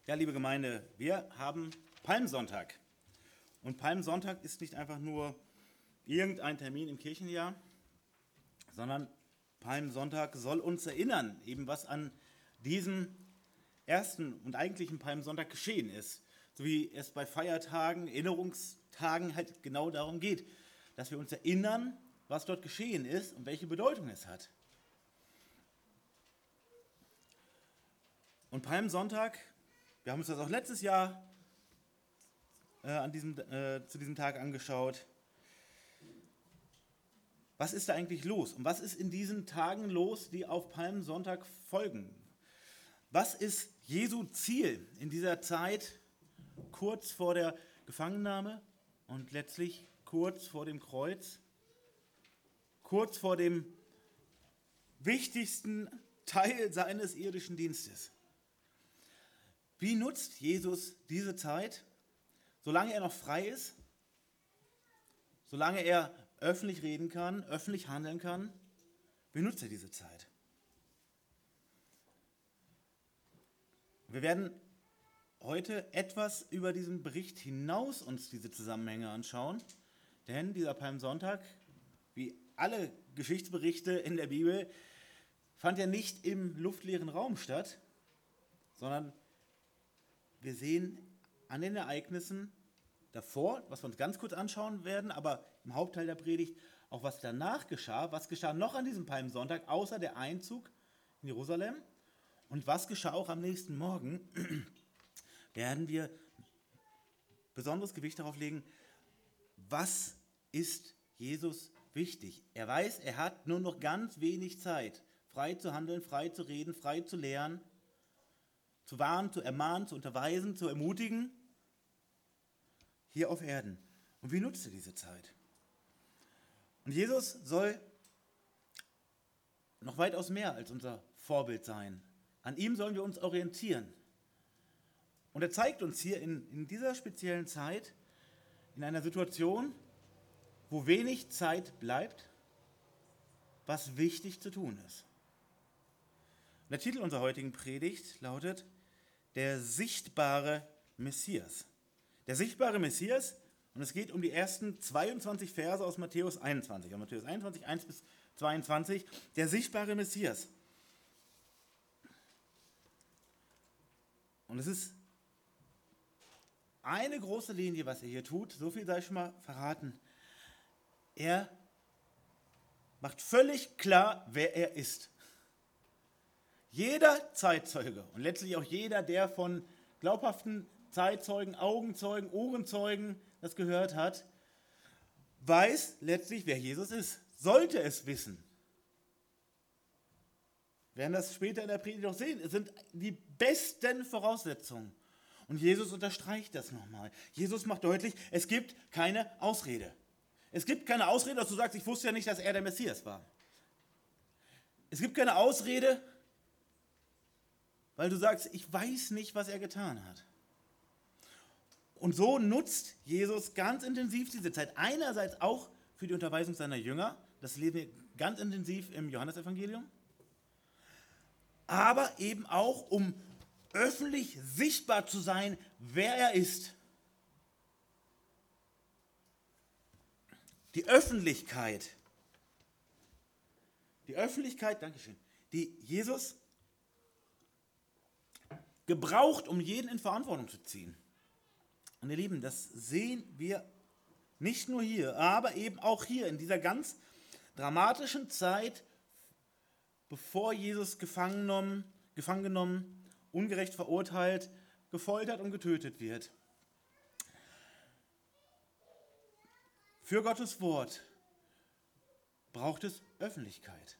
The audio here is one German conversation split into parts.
Ja, liebe Gemeinde, wir haben Palmsonntag. Und Palmsonntag ist nicht einfach nur irgendein Termin im Kirchenjahr, sondern Palmsonntag soll uns erinnern, eben was an diesem ersten und eigentlichen Palmsonntag geschehen ist. So wie es bei Feiertagen, Erinnerungstagen halt genau darum geht, dass wir uns erinnern, was dort geschehen ist und welche Bedeutung es hat. Und Palmsonntag, wir haben uns das auch letztes Jahr zu diesem Tag angeschaut. Was ist da eigentlich los? Und was ist in diesen Tagen los, die auf Palmsonntag folgen? Was ist Jesu Ziel in dieser Zeit, kurz vor der Gefangennahme und letztlich kurz vor dem Kreuz, kurz vor dem wichtigsten Teil seines irdischen Dienstes? Wie nutzt Jesus diese Zeit, solange er noch frei ist, solange er öffentlich reden kann, öffentlich handeln kann? Wie nutzt er diese Zeit? Wir werden heute etwas über diesen Bericht hinaus uns diese Zusammenhänge anschauen, denn dieser Palmsonntag, wie alle Geschichtsberichte in der Bibel, fand ja nicht im luftleeren Raum statt, sondern wir sehen an den Ereignissen davor, was wir uns ganz kurz anschauen werden, aber im Hauptteil der Predigt auch was danach geschah. Was geschah noch an diesem Palmsonntag, außer der Einzug in Jerusalem? Und was geschah auch am nächsten Morgen? Werden wir besonderes Gewicht darauf legen, was ist Jesus wichtig? Er weiß, er hat nur noch ganz wenig Zeit, frei zu handeln, frei zu reden, frei zu lehren, zu warnen, zu ermahnen, zu unterweisen, zu ermutigen, hier auf Erden. Und wie nutzt er diese Zeit? Und Jesus soll noch weitaus mehr als unser Vorbild sein. An ihm sollen wir uns orientieren. Und er zeigt uns hier in dieser speziellen Zeit, in einer Situation, wo wenig Zeit bleibt, was wichtig zu tun ist. Und der Titel unserer heutigen Predigt lautet: Der sichtbare Messias. Der sichtbare Messias, und es geht um die ersten 22 Verse aus Matthäus 21. Also Matthäus 21, 1 bis 22, der sichtbare Messias. Und es ist eine große Linie, was er hier tut, so viel sei schon mal verraten. Er macht völlig klar, wer er ist. Jeder Zeitzeuge und letztlich auch jeder, der von glaubhaften Zeitzeugen, Augenzeugen, Ohrenzeugen das gehört hat, weiß letztlich, wer Jesus ist. Sollte es wissen. Wir werden das später in der Predigt noch sehen. Es sind die besten Voraussetzungen. Und Jesus unterstreicht das nochmal. Jesus macht deutlich, es gibt keine Ausrede. Es gibt keine Ausrede, dass du sagst, ich wusste ja nicht, dass er der Messias war. Es gibt keine Ausrede, weil du sagst, ich weiß nicht, was er getan hat. Und so nutzt Jesus ganz intensiv diese Zeit. Einerseits auch für die Unterweisung seiner Jünger. Das lesen wir ganz intensiv im Johannesevangelium. Aber eben auch, um öffentlich sichtbar zu sein, wer er ist. Die Öffentlichkeit, Dankeschön, die Jesus gebraucht, um jeden in Verantwortung zu ziehen. Und ihr Lieben, das sehen wir nicht nur hier, aber eben auch hier in dieser ganz dramatischen Zeit, bevor Jesus gefangen genommen, ungerecht verurteilt, gefoltert und getötet wird. Für Gottes Wort braucht es Öffentlichkeit.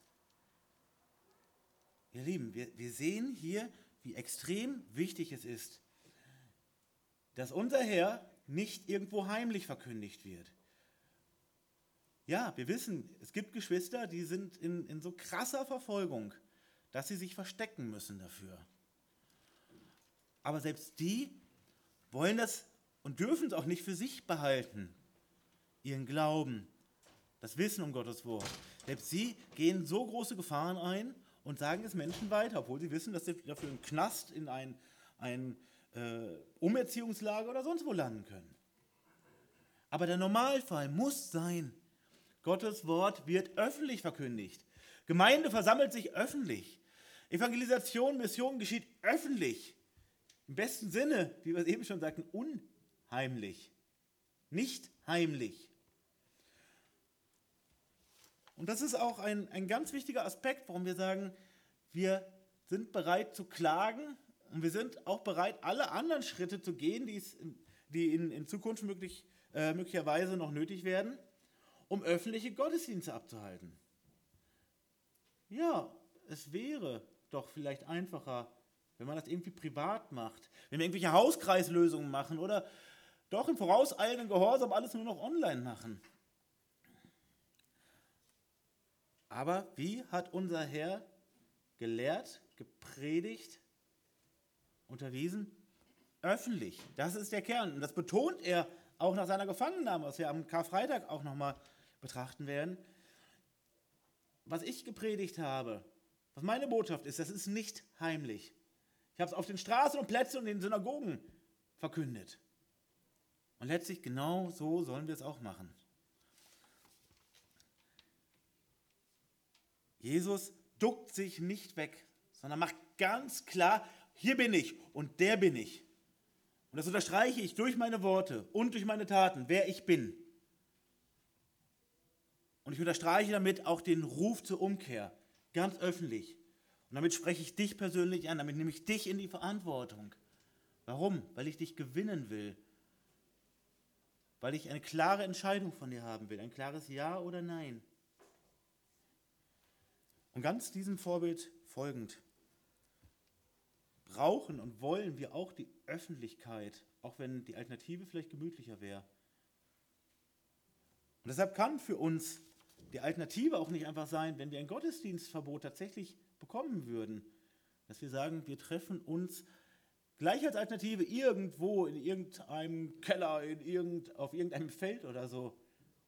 Ihr Lieben, wir sehen hier, wie extrem wichtig es ist, dass unser Herr nicht irgendwo heimlich verkündigt wird. Ja, wir wissen, es gibt Geschwister, die sind in so krasser Verfolgung, dass sie sich verstecken müssen dafür. Aber selbst die wollen das und dürfen es auch nicht für sich behalten, ihren Glauben, das Wissen um Gottes Wort. Selbst sie gehen so große Gefahren ein und sagen es Menschen weiter, obwohl sie wissen, dass sie dafür einen Knast in ein Umerziehungslager oder sonst wo landen können. Aber der Normalfall muss sein, Gottes Wort wird öffentlich verkündigt. Gemeinde versammelt sich öffentlich. Evangelisation, Mission geschieht öffentlich. Im besten Sinne, wie wir es eben schon sagten, unheimlich. Nicht heimlich. Und das ist auch ein ganz wichtiger Aspekt, warum wir sagen, wir sind bereit zu klagen und wir sind auch bereit, alle anderen Schritte zu gehen, die in Zukunft möglicherweise noch nötig werden, um öffentliche Gottesdienste abzuhalten. Ja, es wäre doch vielleicht einfacher, wenn man das irgendwie privat macht, wenn wir irgendwelche Hauskreislösungen machen oder doch im vorauseilenden Gehorsam alles nur noch online machen. Aber wie hat unser Herr gelehrt, gepredigt, unterwiesen? Öffentlich. Das ist der Kern. Und das betont er auch nach seiner Gefangennahme, was wir am Karfreitag auch nochmal betrachten werden. Was ich gepredigt habe, was meine Botschaft ist, das ist nicht heimlich. Ich habe es auf den Straßen und Plätzen und in den Synagogen verkündet. Und letztlich genau so sollen wir es auch machen. Jesus duckt sich nicht weg, sondern macht ganz klar, hier bin ich und der bin ich. Und das unterstreiche ich durch meine Worte und durch meine Taten, wer ich bin. Und ich unterstreiche damit auch den Ruf zur Umkehr, ganz öffentlich. Und damit spreche ich dich persönlich an, damit nehme ich dich in die Verantwortung. Warum? Weil ich dich gewinnen will. Weil ich eine klare Entscheidung von dir haben will, ein klares Ja oder Nein. Und ganz diesem Vorbild folgend brauchen und wollen wir auch die Öffentlichkeit, auch wenn die Alternative vielleicht gemütlicher wäre. Und deshalb kann für uns die Alternative auch nicht einfach sein, wenn wir ein Gottesdienstverbot tatsächlich bekommen würden, dass wir sagen, wir treffen uns gleich als Alternative irgendwo in irgendeinem Keller, auf irgendeinem Feld oder so,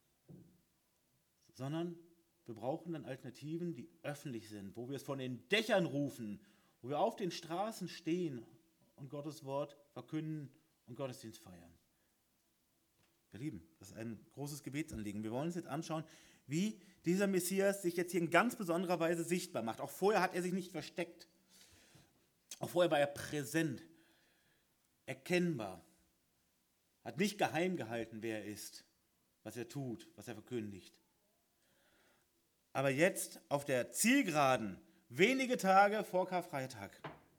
sondern wir brauchen dann Alternativen, die öffentlich sind, wo wir es von den Dächern rufen, wo wir auf den Straßen stehen und Gottes Wort verkünden und Gottesdienst feiern. Ihr Lieben, das ist ein großes Gebetsanliegen. Wir wollen uns jetzt anschauen, wie dieser Messias sich jetzt hier in ganz besonderer Weise sichtbar macht. Auch vorher hat er sich nicht versteckt. Auch vorher war er präsent, erkennbar, hat nicht geheim gehalten, wer er ist, was er tut, was er verkündigt. Aber jetzt auf der Zielgeraden, wenige Tage vor Karfreitag,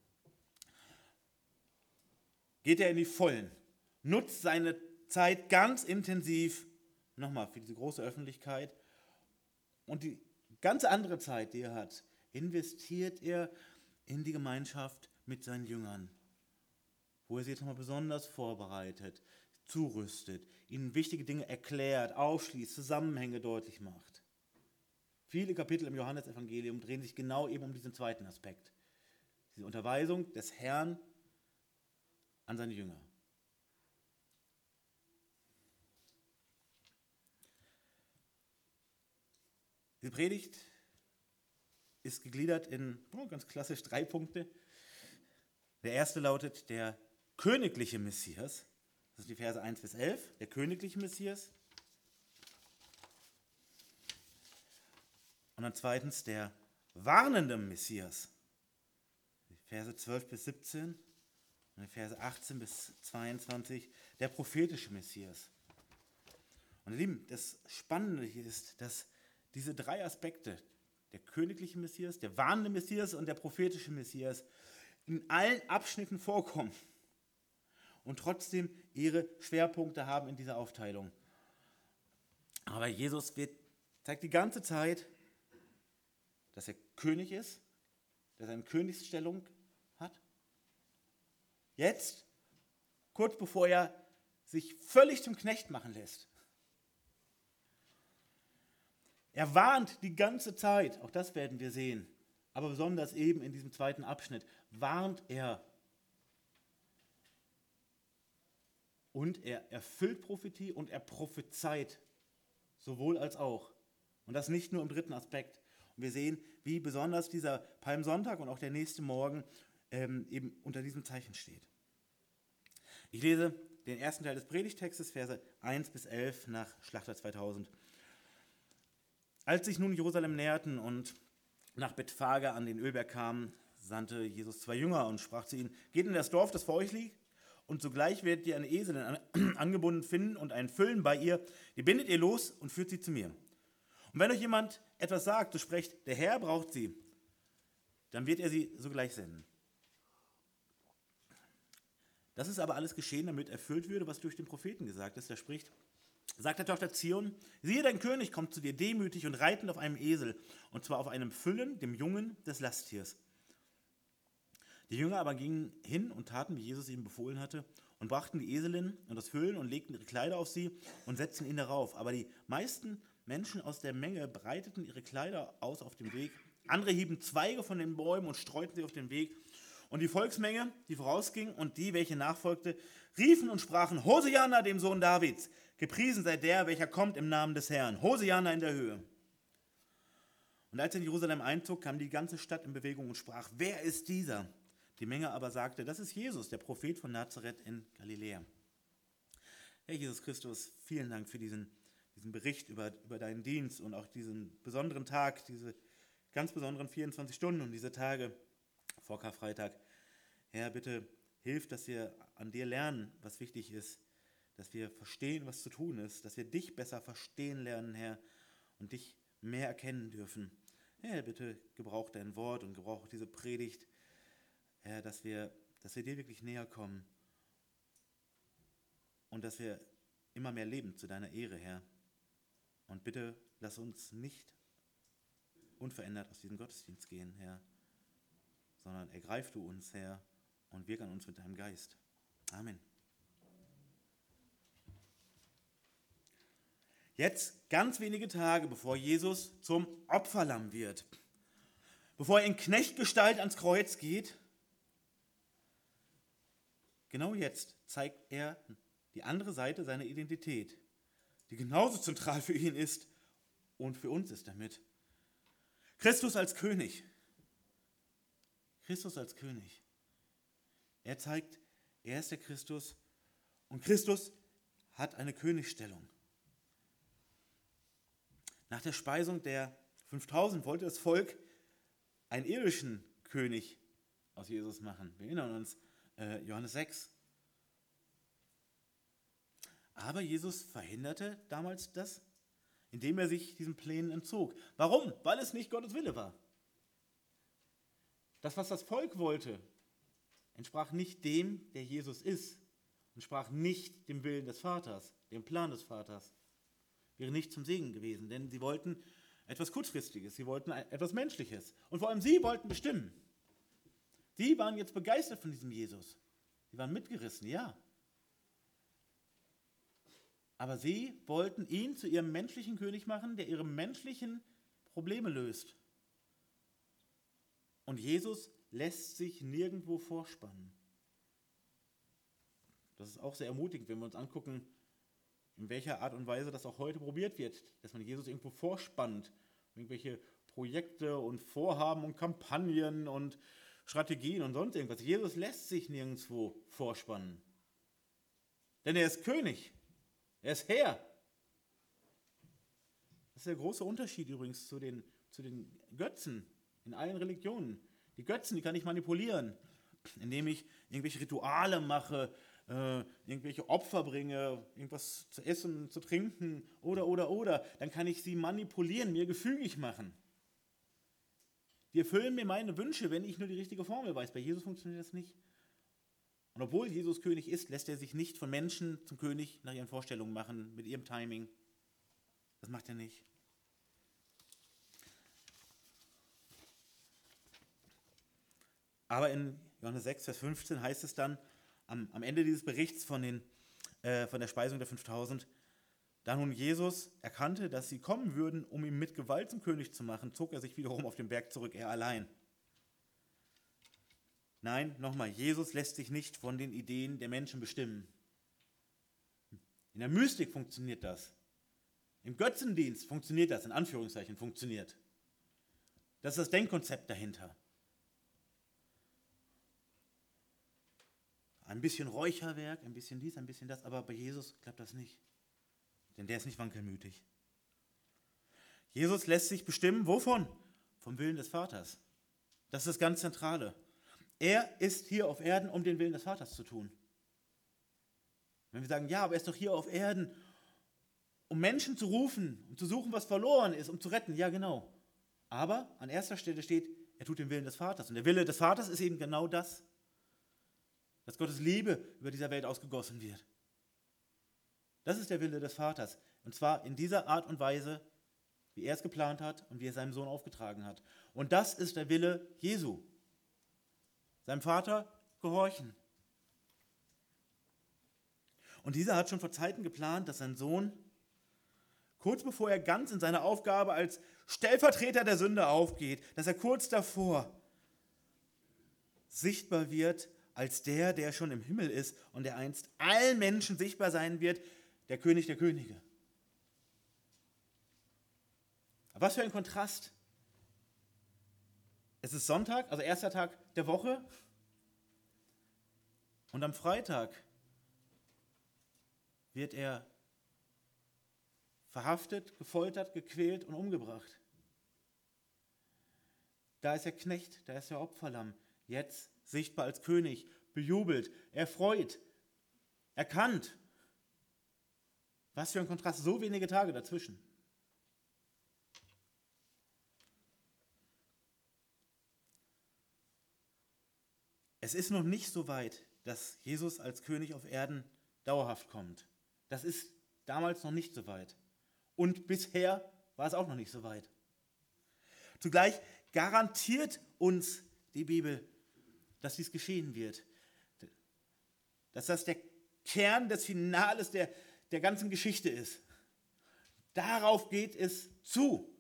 geht er in die Vollen, nutzt seine Zeit ganz intensiv, nochmal für diese große Öffentlichkeit, und die ganze andere Zeit, die er hat, investiert er in die Gemeinschaft mit seinen Jüngern, wo er sie jetzt nochmal besonders vorbereitet, zurüstet, ihnen wichtige Dinge erklärt, aufschließt, Zusammenhänge deutlich macht. Viele Kapitel im Johannesevangelium drehen sich genau eben um diesen zweiten Aspekt. Diese Unterweisung des Herrn an seine Jünger. Die Predigt ist gegliedert in ganz klassisch 3 Punkte. Der erste lautet der königliche Messias. Das sind die Verse 1 bis 11. Der königliche Messias. Und dann zweitens der warnende Messias. Die Verse 12 bis 17. Und die Verse 18 bis 22. Der prophetische Messias. Und ihr Lieben, das Spannende hier ist, dass diese 3 Aspekte, der königliche Messias, der warnende Messias und der prophetische Messias, in allen Abschnitten vorkommen und trotzdem ihre Schwerpunkte haben in dieser Aufteilung. Aber Jesus zeigt die ganze Zeit, dass er König ist, dass er eine Königsstellung hat. Jetzt, kurz bevor er sich völlig zum Knecht machen lässt. Er warnt die ganze Zeit, auch das werden wir sehen, aber besonders eben in diesem zweiten Abschnitt, warnt er. Und er erfüllt Prophetie und er prophezeit, sowohl als auch. Und das nicht nur im dritten Aspekt. Und wir sehen, wie besonders dieser Palmsonntag und auch der nächste Morgen eben unter diesem Zeichen steht. Ich lese den ersten Teil des Predigtextes, Verse 1 bis 11 nach Schlachter 2000. Als sich nun Jerusalem näherten und nach Bethphage an den Ölberg kamen, sandte Jesus 2 Jünger und sprach zu ihnen: Geht in das Dorf, das vor euch liegt, und sogleich werdet ihr eine Eselin angebunden finden und einen Füllen bei ihr. Die bindet ihr los und führt sie zu mir. Und wenn euch jemand etwas sagt, so sprecht: Der Herr braucht sie, dann wird er sie sogleich senden. Das ist aber alles geschehen, damit erfüllt würde, was durch den Propheten gesagt ist. Der spricht: Sagt der Tochter Zion: Siehe, dein König kommt zu dir demütig und reitend auf einem Esel, und zwar auf einem Füllen, dem Jungen des Lasttiers. Die Jünger aber gingen hin und taten, wie Jesus ihnen befohlen hatte, und brachten die Eselin und das Füllen und legten ihre Kleider auf sie und setzten ihn darauf. Aber die meisten Menschen aus der Menge breiteten ihre Kleider aus auf dem Weg. Andere hieben Zweige von den Bäumen und streuten sie auf den Weg. Und die Volksmenge, die vorausging, und die, welche nachfolgte, riefen und sprachen: Hosianna, dem Sohn Davids! Gepriesen sei der, welcher kommt im Namen des Herrn. Hosianna in der Höhe. Und als er in Jerusalem einzog, kam die ganze Stadt in Bewegung und sprach: Wer ist dieser? Die Menge aber sagte: Das ist Jesus, der Prophet von Nazareth in Galiläa. Herr Jesus Christus, vielen Dank für diesen Bericht über deinen Dienst und auch diesen besonderen Tag, diese ganz besonderen 24 Stunden und diese Tage vor Karfreitag. Herr, bitte hilf, dass wir an dir lernen, was wichtig ist, dass wir verstehen, was zu tun ist, dass wir dich besser verstehen lernen, Herr, und dich mehr erkennen dürfen. Herr, bitte gebrauch dein Wort und gebrauch diese Predigt, Herr, dass wir dir wirklich näher kommen und dass wir immer mehr leben zu deiner Ehre, Herr. Und bitte lass uns nicht unverändert aus diesem Gottesdienst gehen, Herr, sondern ergreif du uns, Herr, und wirk an uns mit deinem Geist. Amen. Jetzt ganz wenige Tage, bevor Jesus zum Opferlamm wird, bevor er in Knechtgestalt ans Kreuz geht, genau jetzt zeigt er die andere Seite seiner Identität, die genauso zentral für ihn ist und für uns ist damit. Christus als König. Christus als König. Er zeigt, er ist der Christus und Christus hat eine Königsstellung. Nach der Speisung der 5000 wollte das Volk einen irdischen König aus Jesus machen. Wir erinnern uns, Johannes 6. Aber Jesus verhinderte damals das, indem er sich diesen Plänen entzog. Warum? Weil es nicht Gottes Wille war. Das, was das Volk wollte, entsprach nicht dem, der Jesus ist, entsprach nicht dem Willen des Vaters, dem Plan des Vaters. Wäre nicht zum Segen gewesen, denn sie wollten etwas Kurzfristiges, sie wollten etwas Menschliches. Und vor allem sie wollten bestimmen. Sie waren jetzt begeistert von diesem Jesus. Sie waren mitgerissen, ja. Aber sie wollten ihn zu ihrem menschlichen König machen, der ihre menschlichen Probleme löst. Und Jesus lässt sich nirgendwo vorspannen. Das ist auch sehr ermutigend, wenn wir uns angucken, in welcher Art und Weise das auch heute probiert wird, dass man Jesus irgendwo vorspannt. Irgendwelche Projekte und Vorhaben und Kampagnen und Strategien und sonst irgendwas. Jesus lässt sich nirgendwo vorspannen. Denn er ist König. Er ist Herr. Das ist der große Unterschied übrigens zu den Götzen in allen Religionen. Die Götzen, die kann ich manipulieren, indem ich irgendwelche Rituale mache, irgendwelche Opfer bringe, irgendwas zu essen, zu trinken oder. Dann kann ich sie manipulieren, mir gefügig machen. Die erfüllen mir meine Wünsche, wenn ich nur die richtige Formel weiß. Bei Jesus funktioniert das nicht. Und obwohl Jesus König ist, lässt er sich nicht von Menschen zum König nach ihren Vorstellungen machen, mit ihrem Timing. Das macht er nicht. Aber in Johannes 6, Vers 15 heißt es dann, am Ende dieses Berichts von der Speisung der 5000, da nun Jesus erkannte, dass sie kommen würden, um ihn mit Gewalt zum König zu machen, zog er sich wiederum auf den Berg zurück, er allein. Nein, nochmal, Jesus lässt sich nicht von den Ideen der Menschen bestimmen. In der Mystik funktioniert das. Im Götzendienst funktioniert das, in Anführungszeichen funktioniert. Das ist das Denkkonzept dahinter. ein bisschen Räucherwerk, ein bisschen dies, ein bisschen das, aber bei Jesus klappt das nicht. Denn der ist nicht wankelmütig. Jesus lässt sich bestimmen, wovon? Vom Willen des Vaters. Das ist das ganz Zentrale. Er ist hier auf Erden, um den Willen des Vaters zu tun. Wenn wir sagen, ja, aber er ist doch hier auf Erden, um Menschen zu rufen, um zu suchen, was verloren ist, um zu retten, ja genau. Aber an erster Stelle steht, er tut den Willen des Vaters. Und der Wille des Vaters ist eben genau das, dass Gottes Liebe über dieser Welt ausgegossen wird. Das ist der Wille des Vaters. Und zwar in dieser Art und Weise, wie er es geplant hat und wie er seinem Sohn aufgetragen hat. Und das ist der Wille Jesu. Seinem Vater gehorchen. Und dieser hat schon vor Zeiten geplant, dass sein Sohn, kurz bevor er ganz in seine Aufgabe als Stellvertreter der Sünde aufgeht, dass er kurz davor sichtbar wird als der schon im Himmel ist und der einst allen Menschen sichtbar sein wird, der König der Könige. Aber was für ein Kontrast. Es ist Sonntag, also erster Tag der Woche, und am Freitag wird er verhaftet, gefoltert, gequält und umgebracht. Da ist der Knecht, da ist der Opferlamm, jetzt sichtbar als König, bejubelt, erfreut, erkannt. Was für ein Kontrast, so wenige Tage dazwischen. Es ist noch nicht so weit, dass Jesus als König auf Erden dauerhaft kommt. Das ist damals noch nicht so weit. Und bisher war es auch noch nicht so weit. Zugleich garantiert uns die Bibel, dass dies geschehen wird. Dass das der Kern des Finales der ganzen Geschichte ist. Darauf geht es zu.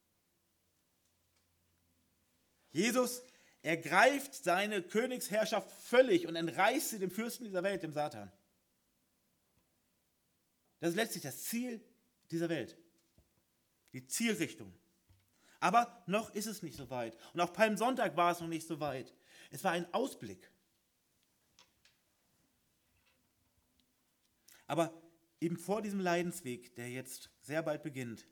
Jesus ergreift seine Königsherrschaft völlig und entreißt sie dem Fürsten dieser Welt, dem Satan. Das ist letztlich das Ziel dieser Welt. Die Zielrichtung. Aber noch ist es nicht so weit. Und auch Palmsonntag war es noch nicht so weit. Es war ein Ausblick. Aber eben vor diesem Leidensweg, der jetzt sehr bald beginnt,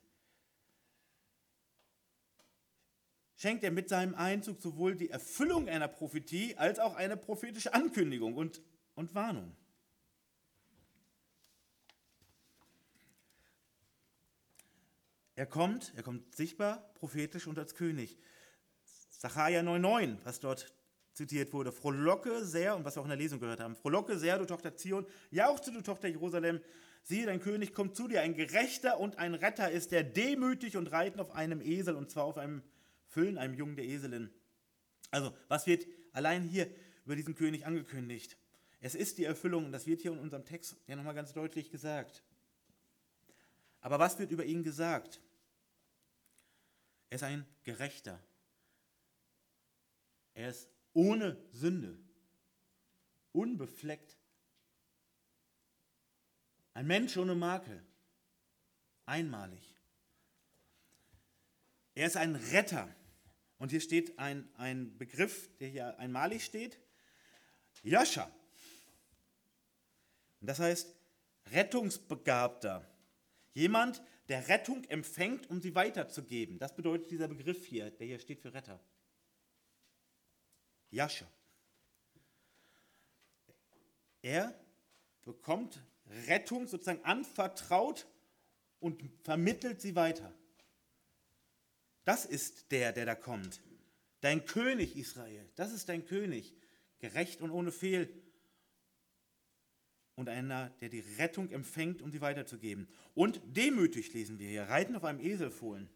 schenkt er mit seinem Einzug sowohl die Erfüllung einer Prophetie als auch eine prophetische Ankündigung und Warnung. Er kommt sichtbar, prophetisch und als König. Sacharja 9,9, was dort zitiert wurde. Frohlocke sehr, und was wir auch in der Lesung gehört haben, frohlocke sehr, du Tochter Zion, jauchze, du Tochter Jerusalem, siehe, dein König kommt zu dir, ein Gerechter und ein Retter ist der, demütig und reiten auf einem Esel, und zwar auf einem Füllen, einem Jungen der Eselin. Also, was wird allein hier über diesen König angekündigt? Es ist die Erfüllung, und das wird hier in unserem Text ja nochmal ganz deutlich gesagt. Aber was wird über ihn gesagt? Er ist ein Gerechter. Er ist ohne Sünde, unbefleckt. Ein Mensch ohne Makel, einmalig. Er ist ein Retter. Und hier steht ein Begriff, der hier einmalig steht, Yasha. Und das heißt Rettungsbegabter. Jemand, der Rettung empfängt, um sie weiterzugeben. Das bedeutet dieser Begriff hier, der hier steht für Retter. Yasha. Er bekommt Rettung sozusagen anvertraut und vermittelt sie weiter. Das ist der da kommt. Dein König Israel, das ist dein König, gerecht und ohne Fehl. Und einer, der die Rettung empfängt, um sie weiterzugeben. Und demütig, lesen wir hier, reiten auf einem Eselfohlen.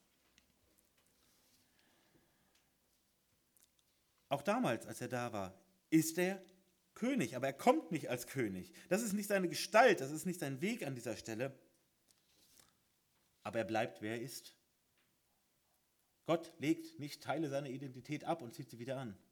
Auch damals, als er da war, ist er König, aber er kommt nicht als König. Das ist nicht seine Gestalt, das ist nicht sein Weg an dieser Stelle. Aber er bleibt, wer er ist. Gott legt nicht Teile seiner Identität ab und zieht sie wieder an.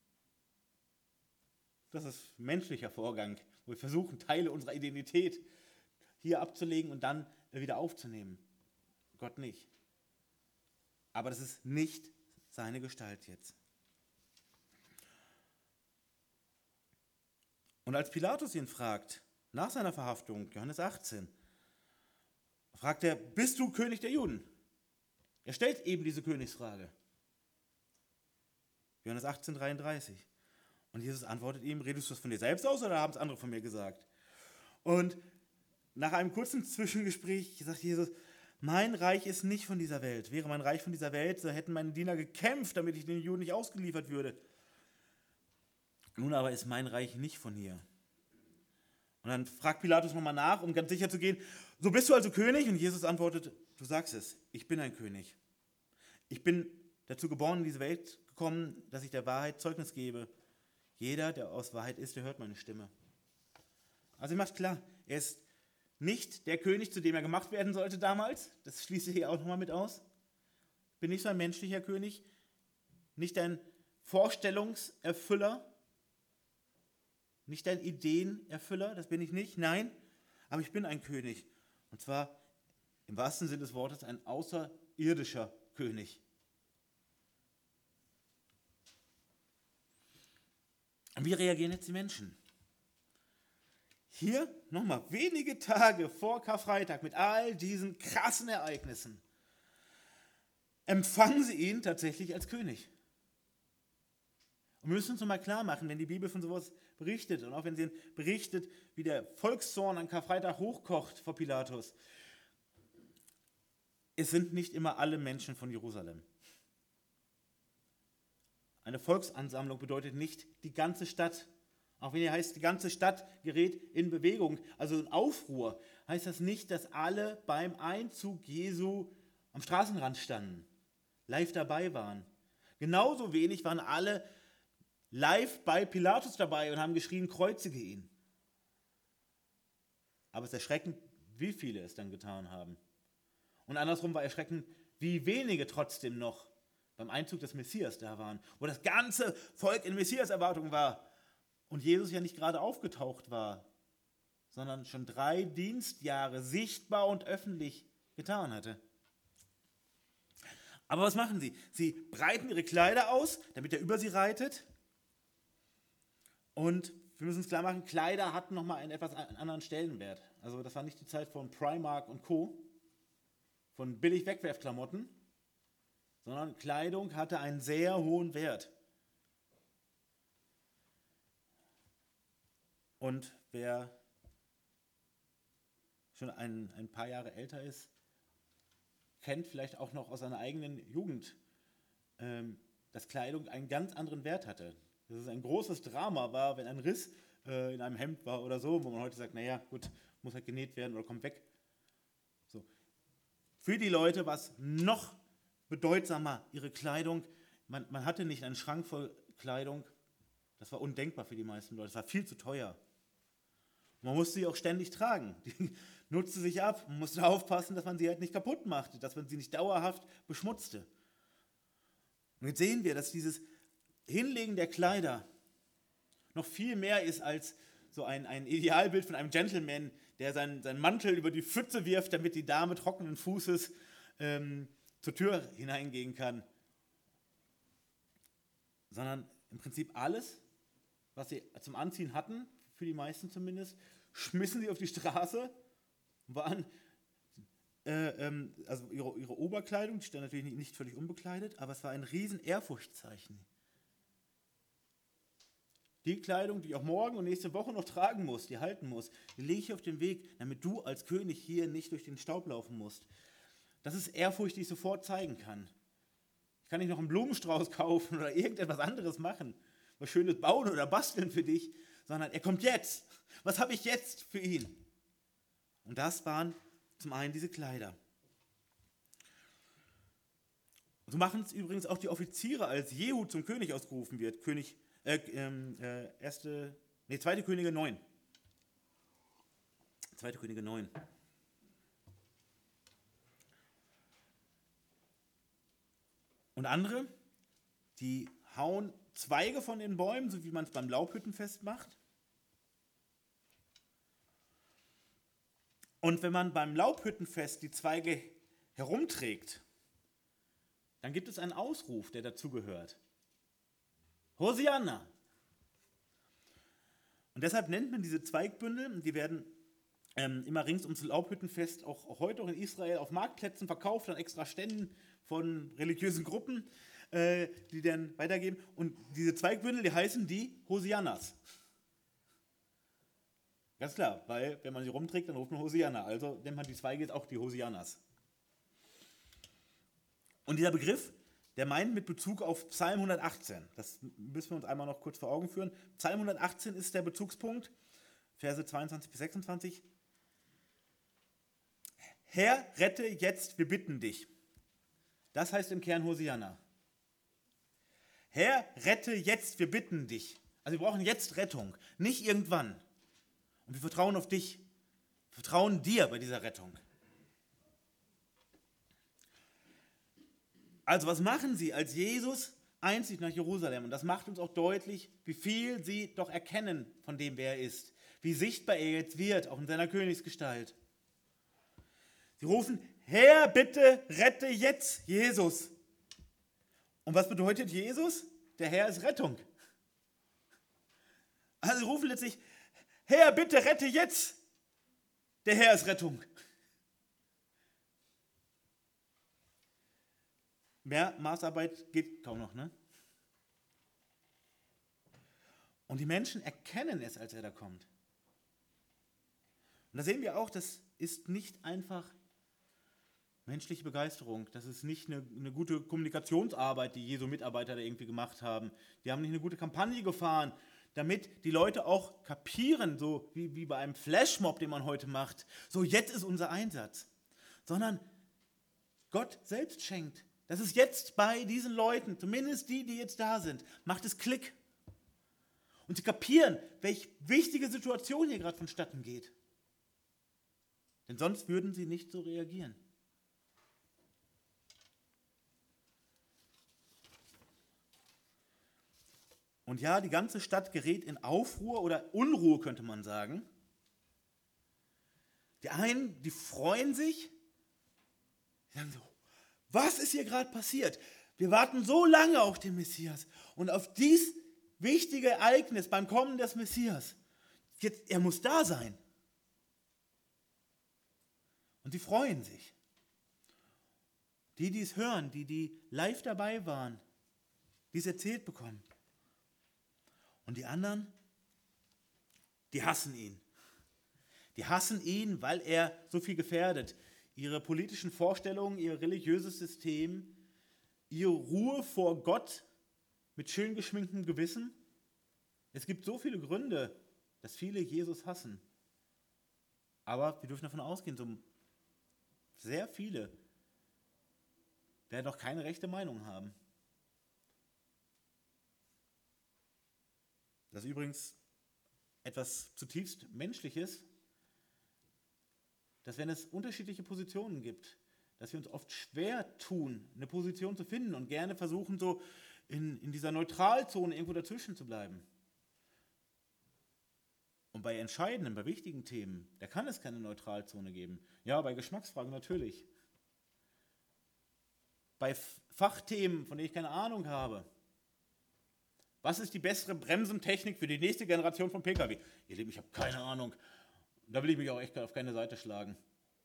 Das ist ein menschlicher Vorgang, wo wir versuchen, Teile unserer Identität hier abzulegen und dann wieder aufzunehmen. Gott nicht. Aber das ist nicht seine Gestalt jetzt. Und als Pilatus ihn fragt, nach seiner Verhaftung, Johannes 18, fragt er, bist du König der Juden? Er stellt eben diese Königsfrage. Johannes 18, 33. Und Jesus antwortet ihm, redest du das von dir selbst aus oder haben es andere von mir gesagt? Und nach einem kurzen Zwischengespräch sagt Jesus, mein Reich ist nicht von dieser Welt. Wäre mein Reich von dieser Welt, so hätten meine Diener gekämpft, damit ich den Juden nicht ausgeliefert würde. Nun aber ist mein Reich nicht von hier. Und dann fragt Pilatus nochmal nach, um ganz sicher zu gehen, so bist du also König? Und Jesus antwortet, du sagst es, ich bin ein König. Ich bin dazu geboren, in diese Welt gekommen, dass ich der Wahrheit Zeugnis gebe. Jeder, der aus Wahrheit ist, der hört meine Stimme. Also er macht klar, er ist nicht der König, zu dem er gemacht werden sollte damals. Das schließe ich hier auch nochmal mit aus. Ich bin nicht so ein menschlicher König, nicht ein Vorstellungserfüller, nicht ein Ideenerfüller, das bin ich nicht, nein, aber ich bin ein König. Und zwar im wahrsten Sinne des Wortes ein außerirdischer König. Und wie reagieren jetzt die Menschen? Hier nochmal wenige Tage vor Karfreitag mit all diesen krassen Ereignissen empfangen sie ihn tatsächlich als König. Und wir müssen uns nochmal klar machen, wenn die Bibel von sowas berichtet und auch wenn sie berichtet, wie der Volkszorn an Karfreitag hochkocht vor Pilatus, es sind nicht immer alle Menschen von Jerusalem. Eine Volksansammlung bedeutet nicht die ganze Stadt. Auch wenn hier heißt, die ganze Stadt gerät in Bewegung, also in Aufruhr, heißt das nicht, dass alle beim Einzug Jesu am Straßenrand standen, live dabei waren. Genauso wenig waren alle live bei Pilatus dabei und haben geschrien, kreuzige ihn. Aber es ist erschreckend, wie viele es dann getan haben. Und andersrum war erschreckend, wie wenige trotzdem noch beim Einzug des Messias da waren, wo das ganze Volk in Messias-Erwartung war und Jesus ja nicht gerade aufgetaucht war, sondern schon 3 Dienstjahre sichtbar und öffentlich getan hatte. Aber was machen sie? Sie breiten ihre Kleider aus, damit er über sie reitet. Und wir müssen uns klar machen, Kleider hatten nochmal einen etwas anderen Stellenwert. Also das war nicht die Zeit von Primark und Co., von billig Wegwerfklamotten, sondern Kleidung hatte einen sehr hohen Wert. Und wer schon ein paar Jahre älter ist, kennt vielleicht auch noch aus seiner eigenen Jugend, dass Kleidung einen ganz anderen Wert hatte. Dass es ein großes Drama war, wenn ein Riss in einem Hemd war oder so, wo man heute sagt, naja, gut, muss halt genäht werden oder kommt weg. So. Für die Leute war es noch bedeutsamer, ihre Kleidung. Man hatte nicht einen Schrank voll Kleidung. Das war undenkbar für die meisten Leute. Das war viel zu teuer. Man musste sie auch ständig tragen. Die nutzte sich ab. Man musste aufpassen, dass man sie halt nicht kaputt machte, dass man sie nicht dauerhaft beschmutzte. Und jetzt sehen wir, dass dieses Hinlegen der Kleider noch viel mehr ist als so ein Idealbild von einem Gentleman, der seinen Mantel über die Pfütze wirft, damit die Dame trockenen Fußes zur Tür hineingehen kann. Sondern im Prinzip alles, was sie zum Anziehen hatten, für die meisten zumindest, schmissen sie auf die Straße, waren also ihre Oberkleidung, die stand natürlich nicht völlig unbekleidet, aber es war ein riesen Ehrfurchtszeichen. Die Kleidung, die ich auch morgen und nächste Woche noch tragen muss, die halten muss, die lege ich auf den Weg, damit du als König hier nicht durch den Staub laufen musst. Das ist Ehrfurcht, die ich sofort zeigen kann. Ich kann nicht noch einen Blumenstrauß kaufen oder irgendetwas anderes machen, was Schönes bauen oder basteln für dich, sondern er kommt jetzt. Was habe ich jetzt für ihn? Und das waren zum einen diese Kleider. So machen es übrigens auch die Offiziere, als Jehu zum König ausgerufen wird. 2. Könige 9. 2. Könige 9. Und andere, die hauen Zweige von den Bäumen, so wie man es beim Laubhüttenfest macht. Und wenn man beim Laubhüttenfest die Zweige herumträgt, dann gibt es einen Ausruf, der dazugehört. Hosianna! Und deshalb nennt man diese Zweigbündel, die werden immer rings ums Laubhüttenfest, auch heute auch in Israel, auf Marktplätzen verkauft, an extra Ständen von religiösen Gruppen, die dann weitergeben. Und diese Zweigbündel, die heißen die Hosiannas. Ganz klar, weil wenn man sie rumträgt, dann ruft man Hosianna. Also nennt man die Zweige jetzt auch die Hosiannas. Und dieser Begriff, der meint mit Bezug auf Psalm 118, das müssen wir uns einmal noch kurz vor Augen führen. Psalm 118 ist der Bezugspunkt, Verse 22 bis 26. Herr, rette jetzt, wir bitten dich. Das heißt im Kern Hosianna. Herr, rette jetzt, wir bitten dich. Also wir brauchen jetzt Rettung, nicht irgendwann. Und wir vertrauen auf dich. Wir vertrauen dir bei dieser Rettung. Also was machen sie, als Jesus einzieht nach Jerusalem? Und das macht uns auch deutlich, wie viel sie doch erkennen von dem, wer er ist. Wie sichtbar er jetzt wird, auch in seiner Königsgestalt. Sie rufen, Herr, bitte rette jetzt Jesus. Und was bedeutet Jesus? Der Herr ist Rettung. Also sie rufen letztlich, Herr, bitte rette jetzt. Der Herr ist Rettung. Mehr Maßarbeit geht kaum noch, ne? Und die Menschen erkennen es, als er da kommt. Und da sehen wir auch, das ist nicht einfach menschliche Begeisterung. Das ist nicht eine gute Kommunikationsarbeit, die Jesu Mitarbeiter da irgendwie gemacht haben. Die haben nicht eine gute Kampagne gefahren, damit die Leute auch kapieren, so wie bei einem Flashmob, den man heute macht, so jetzt ist unser Einsatz. Sondern Gott selbst schenkt. Das ist jetzt bei diesen Leuten, zumindest die jetzt da sind, macht es Klick. Und sie kapieren, welche wichtige Situation hier gerade vonstatten geht. Denn sonst würden sie nicht so reagieren. Und ja, die ganze Stadt gerät in Aufruhr oder Unruhe, könnte man sagen. Die einen, die freuen sich, die sagen so, was ist hier gerade passiert? Wir warten so lange auf den Messias und auf dies wichtige Ereignis beim Kommen des Messias. Jetzt, er muss da sein. Und sie freuen sich. Die es hören, die live dabei waren, die es erzählt bekommen. Und die anderen, die hassen ihn. Die hassen ihn, weil er so viel gefährdet. Ihre politischen Vorstellungen, ihr religiöses System, ihre Ruhe vor Gott mit schön geschminktem Gewissen. Es gibt so viele Gründe, dass viele Jesus hassen. Aber wir dürfen davon ausgehen, so sehr viele werden doch keine rechte Meinung haben. Das ist übrigens etwas zutiefst Menschliches, dass wenn es unterschiedliche Positionen gibt, dass wir uns oft schwer tun, eine Position zu finden und gerne versuchen, so in dieser Neutralzone irgendwo dazwischen zu bleiben. Und bei entscheidenden, bei wichtigen Themen, da kann es keine Neutralzone geben. Ja, bei Geschmacksfragen natürlich. Bei Fachthemen, von denen ich keine Ahnung habe. Was ist die bessere Bremsentechnik für die nächste Generation von Pkw? Ihr Lieben, ich habe keine Ahnung. Da will ich mich auch echt auf keine Seite schlagen.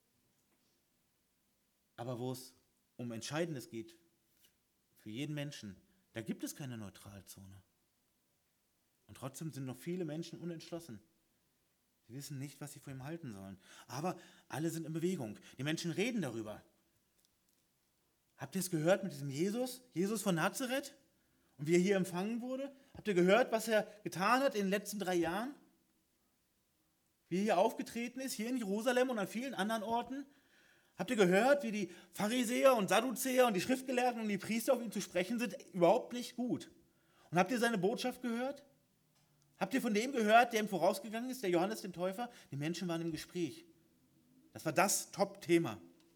Aber wo es um Entscheidendes geht, für jeden Menschen, da gibt es keine Neutralzone. Und trotzdem sind noch viele Menschen unentschlossen. Sie wissen nicht, was sie von ihm halten sollen. Aber alle sind in Bewegung. Die Menschen reden darüber. Habt ihr es gehört mit diesem Jesus? Jesus von Nazareth? Und wie er hier empfangen wurde? Habt ihr gehört, was er getan hat in den letzten 3 Jahren? Wie er hier aufgetreten ist, hier in Jerusalem und an vielen anderen Orten? Habt ihr gehört, wie die Pharisäer und Sadduzäer und die Schriftgelehrten und die Priester auf ihn zu sprechen sind? Überhaupt nicht gut. Und habt ihr seine Botschaft gehört? Habt ihr von dem gehört, der ihm vorausgegangen ist, der Johannes den Täufer? Die Menschen waren im Gespräch. Das war das Top-Thema.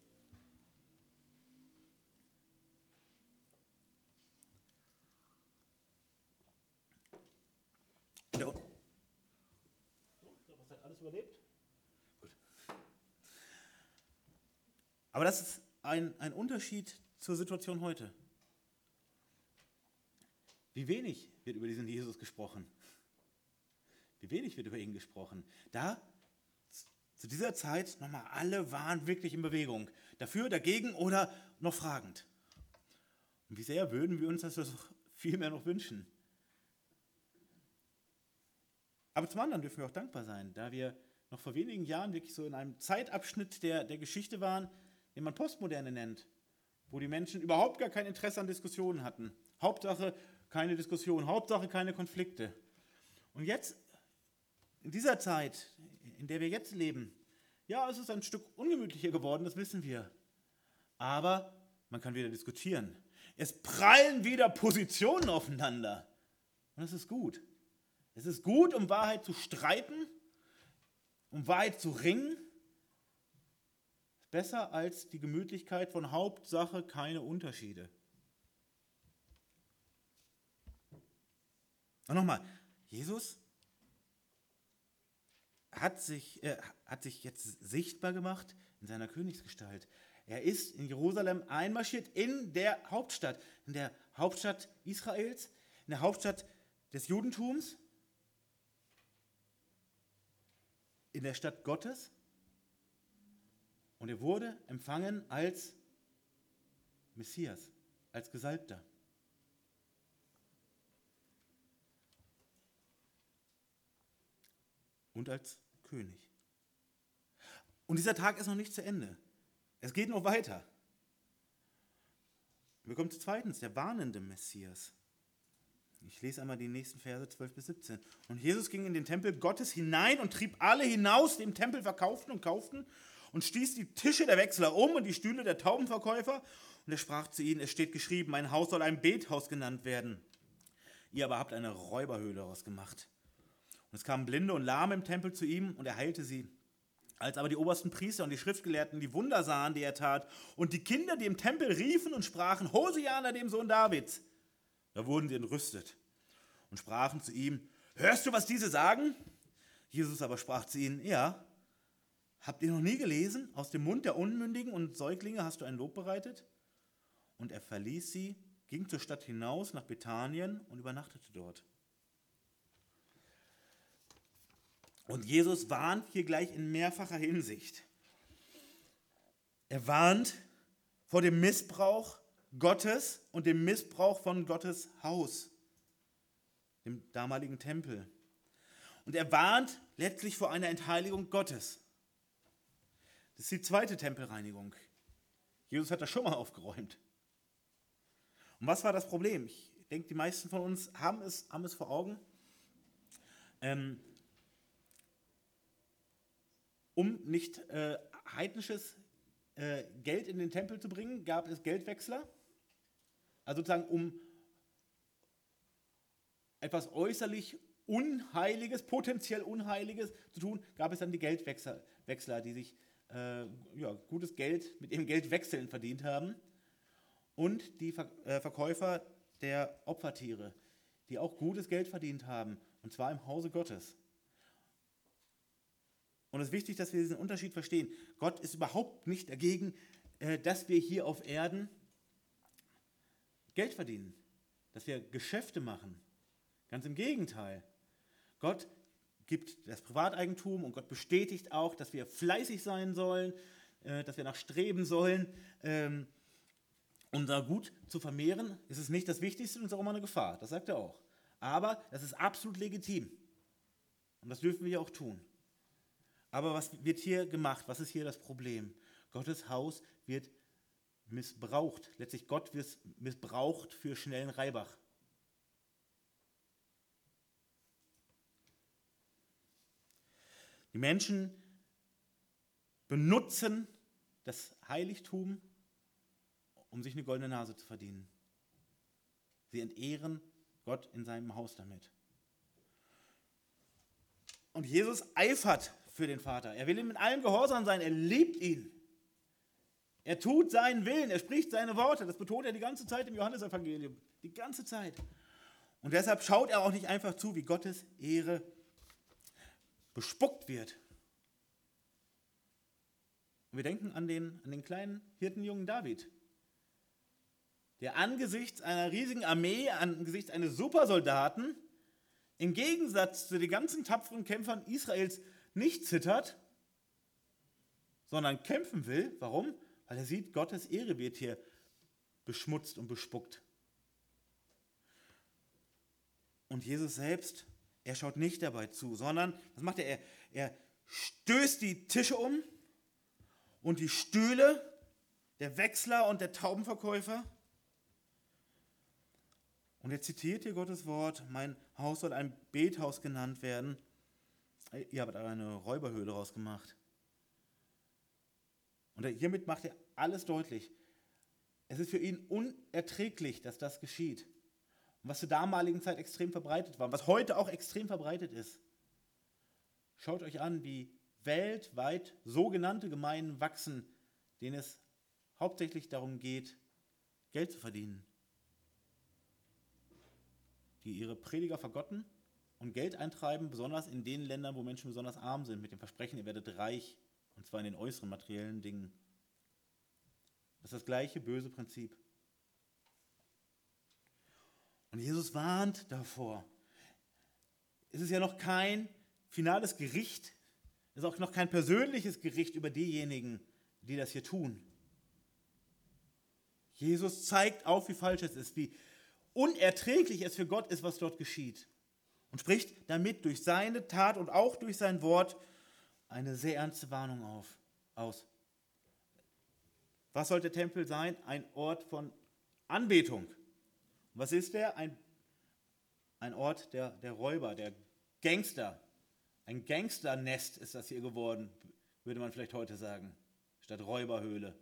Was hat alles überlebt? Gut. Aber das ist ein Unterschied zur Situation heute. Wie wenig wird über diesen Jesus gesprochen? wie wenig wird über ihn gesprochen. Da, zu dieser Zeit, nochmal alle waren wirklich in Bewegung. Dafür, dagegen oder noch fragend. Und wie sehr würden wir uns das viel mehr noch wünschen. Aber zum anderen dürfen wir auch dankbar sein, da wir noch vor wenigen Jahren wirklich so in einem Zeitabschnitt der Geschichte waren, den man Postmoderne nennt, wo die Menschen überhaupt gar kein Interesse an Diskussionen hatten. Hauptsache keine Diskussion, Hauptsache keine Konflikte. Und jetzt, in dieser Zeit, in der wir jetzt leben, ja, es ist ein Stück ungemütlicher geworden, das wissen wir. Aber man kann wieder diskutieren. Es prallen wieder Positionen aufeinander. Und das ist gut. Es ist gut, um Wahrheit zu streiten, um Wahrheit zu ringen. Besser als die Gemütlichkeit von Hauptsache keine Unterschiede. Und nochmal, Jesus hat sich jetzt sichtbar gemacht in seiner Königsgestalt. Er ist in Jerusalem einmarschiert, in der Hauptstadt Israels, in der Hauptstadt des Judentums, in der Stadt Gottes. Und er wurde empfangen als Messias, als Gesalbter. Und als König. Und dieser Tag ist noch nicht zu Ende. Es geht noch weiter. Wir kommen zu zweitens, der warnende Messias. Ich lese einmal die nächsten Verse 12 bis 17. Und Jesus ging in den Tempel Gottes hinein und trieb alle hinaus, die im Tempel verkauften und kauften, und stieß die Tische der Wechsler um und die Stühle der Taubenverkäufer. Und er sprach zu ihnen, es steht geschrieben, mein Haus soll ein Bethaus genannt werden. Ihr aber habt eine Räuberhöhle daraus gemacht. Und es kamen Blinde und Lahme im Tempel zu ihm und er heilte sie. Als aber die obersten Priester und die Schriftgelehrten die Wunder sahen, die er tat, und die Kinder, die im Tempel riefen und sprachen, Hosianna, dem Sohn Davids, da wurden sie entrüstet und sprachen zu ihm, hörst du, was diese sagen? Jesus aber sprach zu ihnen, ja, habt ihr noch nie gelesen, aus dem Mund der Unmündigen und Säuglinge hast du ein Lob bereitet? Und er verließ sie, ging zur Stadt hinaus nach Bethanien und übernachtete dort. Und Jesus warnt hier gleich in mehrfacher Hinsicht. Er warnt vor dem Missbrauch Gottes und dem Missbrauch von Gottes Haus, dem damaligen Tempel. Und er warnt letztlich vor einer Entheiligung Gottes. Das ist die zweite Tempelreinigung. Jesus hat das schon mal aufgeräumt. Und was war das Problem? Ich denke, die meisten von uns haben es vor Augen. Um nicht heidnisches Geld in den Tempel zu bringen, gab es Geldwechsler. Also sozusagen, um etwas äußerlich Unheiliges, potenziell Unheiliges zu tun, gab es dann die Geldwechsler, die sich gutes Geld mit ihrem Geldwechseln verdient haben. Und die Verkäufer der Opfertiere, die auch gutes Geld verdient haben, und zwar im Hause Gottes. Und es ist wichtig, dass wir diesen Unterschied verstehen. Gott ist überhaupt nicht dagegen, dass wir hier auf Erden Geld verdienen, dass wir Geschäfte machen. Ganz im Gegenteil. Gott gibt das Privateigentum und Gott bestätigt auch, dass wir fleißig sein sollen, dass wir nachstreben sollen. Unser Gut zu vermehren, ist es nicht das Wichtigste und ist auch immer eine Gefahr. Das sagt er auch. Aber das ist absolut legitim. Und das dürfen wir ja auch tun. Aber was wird hier gemacht? Was ist hier das Problem? Gottes Haus wird missbraucht. Letztlich Gott wird missbraucht für schnellen Reibach. Die Menschen benutzen das Heiligtum, um sich eine goldene Nase zu verdienen. Sie entehren Gott in seinem Haus damit. Und Jesus eifert für den Vater. Er will ihm in allem gehorsam sein. Er liebt ihn. Er tut seinen Willen. Er spricht seine Worte. Das betont er die ganze Zeit im Johannesevangelium. Die ganze Zeit. Und deshalb schaut er auch nicht einfach zu, wie Gottes Ehre bespuckt wird. Und wir denken an den kleinen Hirtenjungen David, der angesichts einer riesigen Armee, angesichts eines Supersoldaten, im Gegensatz zu den ganzen tapferen Kämpfern Israels nicht zittert, sondern kämpfen will. Warum? Weil er sieht, Gottes Ehre wird hier beschmutzt und bespuckt. Und Jesus selbst, er schaut nicht dabei zu, sondern, was macht er? Er stößt die Tische um und die Stühle der Wechsler und der Taubenverkäufer. Und er zitiert hier Gottes Wort: Mein Haus soll ein Bethaus genannt werden. Ihr habt eine Räuberhöhle rausgemacht. Und hiermit macht er alles deutlich. Es ist für ihn unerträglich, dass das geschieht. Und was zur damaligen Zeit extrem verbreitet war, was heute auch extrem verbreitet ist. Schaut euch an, wie weltweit sogenannte Gemeinden wachsen, denen es hauptsächlich darum geht, Geld zu verdienen. Die ihre Prediger vergotten und Geld eintreiben, besonders in den Ländern, wo Menschen besonders arm sind, mit dem Versprechen, ihr werdet reich, und zwar in den äußeren materiellen Dingen. Das ist das gleiche böse Prinzip. Und Jesus warnt davor. Es ist ja noch kein finales Gericht, es ist auch noch kein persönliches Gericht über diejenigen, die das hier tun. Jesus zeigt auf, wie falsch es ist, wie unerträglich es für Gott ist, was dort geschieht. Und spricht damit durch seine Tat und auch durch sein Wort eine sehr ernste Warnung aus. Was soll der Tempel sein? Ein Ort von Anbetung. Und was ist der? Ein Ort der Räuber, der Gangster. Ein Gangsternest ist das hier geworden, würde man vielleicht heute sagen, statt Räuberhöhle.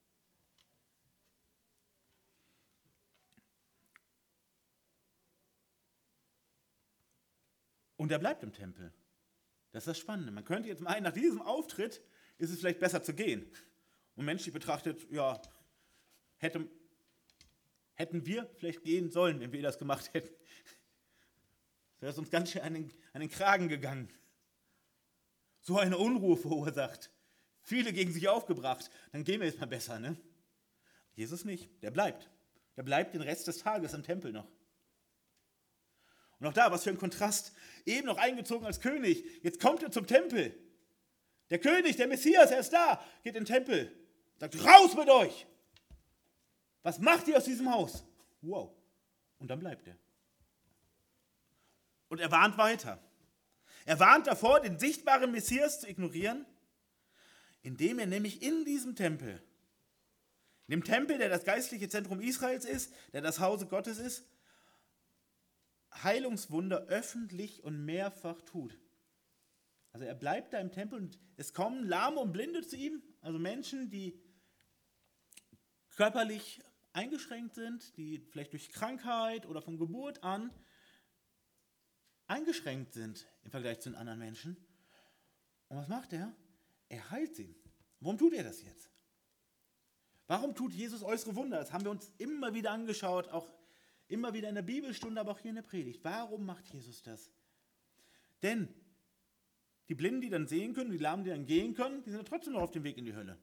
Und er bleibt im Tempel. Das ist das Spannende. Man könnte jetzt meinen, nach diesem Auftritt ist es vielleicht besser zu gehen. Und menschlich betrachtet, ja, hätten wir vielleicht gehen sollen, wenn wir das gemacht hätten. Das wäre uns ganz schön an den Kragen gegangen. So eine Unruhe verursacht. Viele gegen sich aufgebracht. Dann gehen wir jetzt mal besser, ne? Jesus nicht. Der bleibt. Der bleibt den Rest des Tages im Tempel noch. Und auch da, was für ein Kontrast. Eben noch eingezogen als König. Jetzt kommt er zum Tempel. Der König, der Messias, er ist da. Geht in den Tempel. Sagt, raus mit euch. Was macht ihr aus diesem Haus? Wow. Und dann bleibt er. Und er warnt weiter. Er warnt davor, den sichtbaren Messias zu ignorieren, indem er nämlich in diesem Tempel, in dem Tempel, der das geistliche Zentrum Israels ist, der das Hause Gottes ist, Heilungswunder öffentlich und mehrfach tut. Also er bleibt da im Tempel und es kommen Lahme und Blinde zu ihm, also Menschen, die körperlich eingeschränkt sind, die vielleicht durch Krankheit oder von Geburt an eingeschränkt sind im Vergleich zu den anderen Menschen. Und was macht er? Er heilt sie. Warum tut er das jetzt? Warum tut Jesus äußere Wunder? Das haben wir uns immer wieder angeschaut, auch immer wieder in der Bibelstunde, aber auch hier in der Predigt. Warum macht Jesus das? Denn die Blinden, die dann sehen können, die Lahmen, die dann gehen können, die sind trotzdem noch auf dem Weg in die Hölle.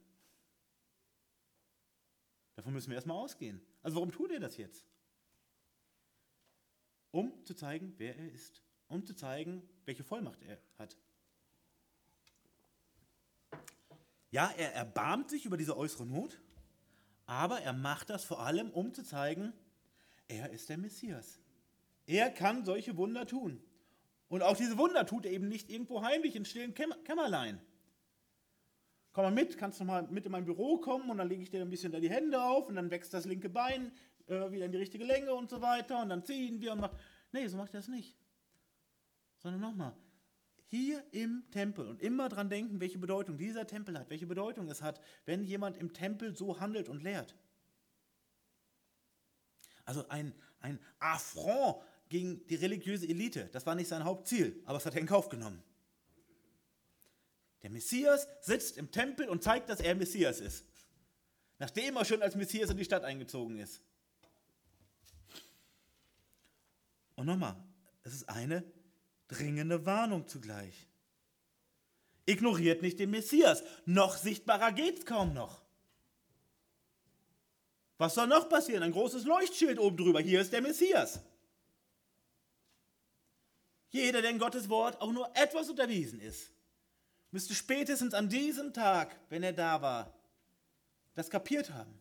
Davon müssen wir erstmal ausgehen. Also warum tut er das jetzt? Um zu zeigen, wer er ist. Um zu zeigen, welche Vollmacht er hat. Ja, er erbarmt sich über diese äußere Not, aber er macht das vor allem, um zu zeigen, er ist der Messias. Er kann solche Wunder tun. Und auch diese Wunder tut er eben nicht irgendwo heimlich in stillen Kämmerlein. Komm mal mit, kannst du mal mit in mein Büro kommen und dann lege ich dir ein bisschen da die Hände auf und dann wächst das linke Bein wieder in die richtige Länge und so weiter und dann ziehen wir und machen. Nee, so macht er es nicht. Sondern nochmal, hier im Tempel und immer dran denken, welche Bedeutung dieser Tempel hat, welche Bedeutung es hat, wenn jemand im Tempel so handelt und lehrt. Also ein Affront gegen die religiöse Elite, das war nicht sein Hauptziel, aber es hat er in Kauf genommen. Der Messias sitzt im Tempel und zeigt, dass er Messias ist, nachdem er schon als Messias in die Stadt eingezogen ist. Und nochmal, es ist eine dringende Warnung zugleich. Ignoriert nicht den Messias, noch sichtbarer geht's kaum noch. Was soll noch passieren? Ein großes Leuchtschild oben drüber, hier ist der Messias. Jeder, der in Gottes Wort auch nur etwas unterwiesen ist, müsste spätestens an diesem Tag, wenn er da war, das kapiert haben.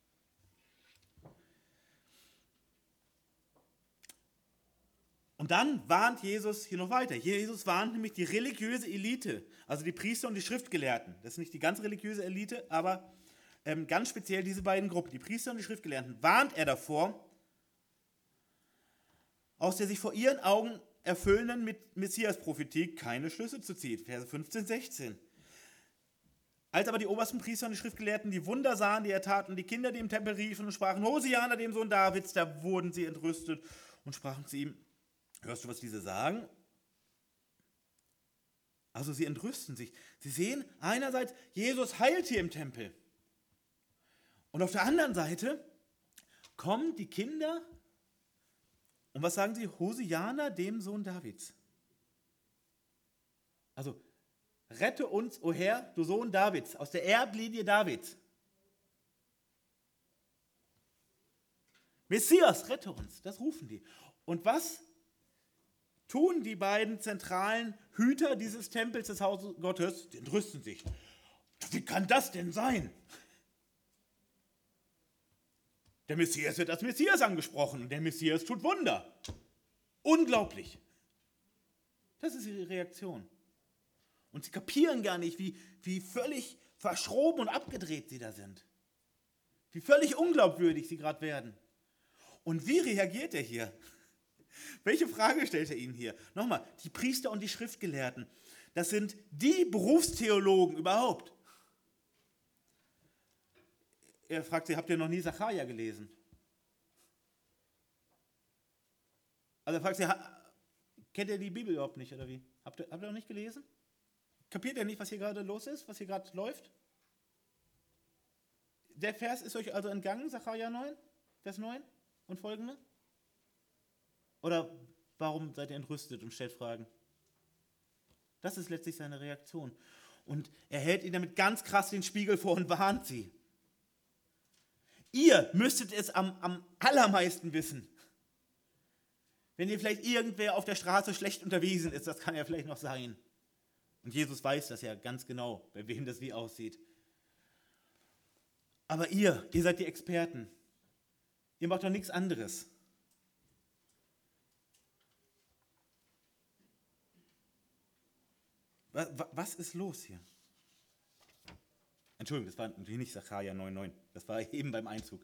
Und dann warnt Jesus hier noch weiter. Jesus warnt nämlich die religiöse Elite, also die Priester und die Schriftgelehrten. Das ist nicht die ganz religiöse Elite, aber ganz speziell diese beiden Gruppen, die Priester und die Schriftgelehrten, warnt er davor, aus der sich vor ihren Augen erfüllenden Messias-Prophetie keine Schlüsse zu ziehen. Verse 15, 16. Als aber die obersten Priester und die Schriftgelehrten die Wunder sahen, die er tat, und die Kinder, die im Tempel riefen und sprachen, Hosianna, dem Sohn Davids, da wurden sie entrüstet und sprachen zu ihm, hörst du, was diese sagen? Also sie entrüsten sich. Sie sehen einerseits, Jesus heilt hier im Tempel. Und auf der anderen Seite kommen die Kinder und was sagen sie? Hosianna, dem Sohn Davids. Also, rette uns, o Herr, du Sohn Davids, aus der Erblinie Davids. Messias, rette uns, das rufen die. Und was tun die beiden zentralen Hüter dieses Tempels des Hauses Gottes? Die entrüsten sich. Wie kann das denn sein? Der Messias wird als Messias angesprochen und der Messias tut Wunder. Unglaublich. Das ist ihre Reaktion. Und sie kapieren gar nicht, wie völlig verschroben und abgedreht sie da sind. Wie völlig unglaubwürdig sie gerade werden. Und wie reagiert er hier? Welche Frage stellt er ihnen hier? Nochmal, die Priester und die Schriftgelehrten, das sind die Berufstheologen überhaupt. Er fragt sie, habt ihr noch nie Sacharja gelesen? Also er fragt sie, kennt ihr die Bibel überhaupt nicht, oder wie? Habt ihr noch nicht gelesen? Kapiert ihr nicht, was hier gerade los ist, was hier gerade läuft? Der Vers ist euch also entgangen, Sacharja 9, Vers 9 und folgende? Oder warum seid ihr entrüstet und stellt Fragen? Das ist letztlich seine Reaktion. Und er hält ihnen damit ganz krass den Spiegel vor und warnt sie. Ihr müsstet es am allermeisten wissen. Wenn ihr vielleicht irgendwer auf der Straße schlecht unterwiesen ist, das kann ja vielleicht noch sein. Und Jesus weiß das ja ganz genau, bei wem das wie aussieht. Aber ihr seid die Experten. Ihr macht doch nichts anderes. Was ist los hier? Entschuldigung, das war natürlich nicht Sacharja 9,9. Das war eben beim Einzug.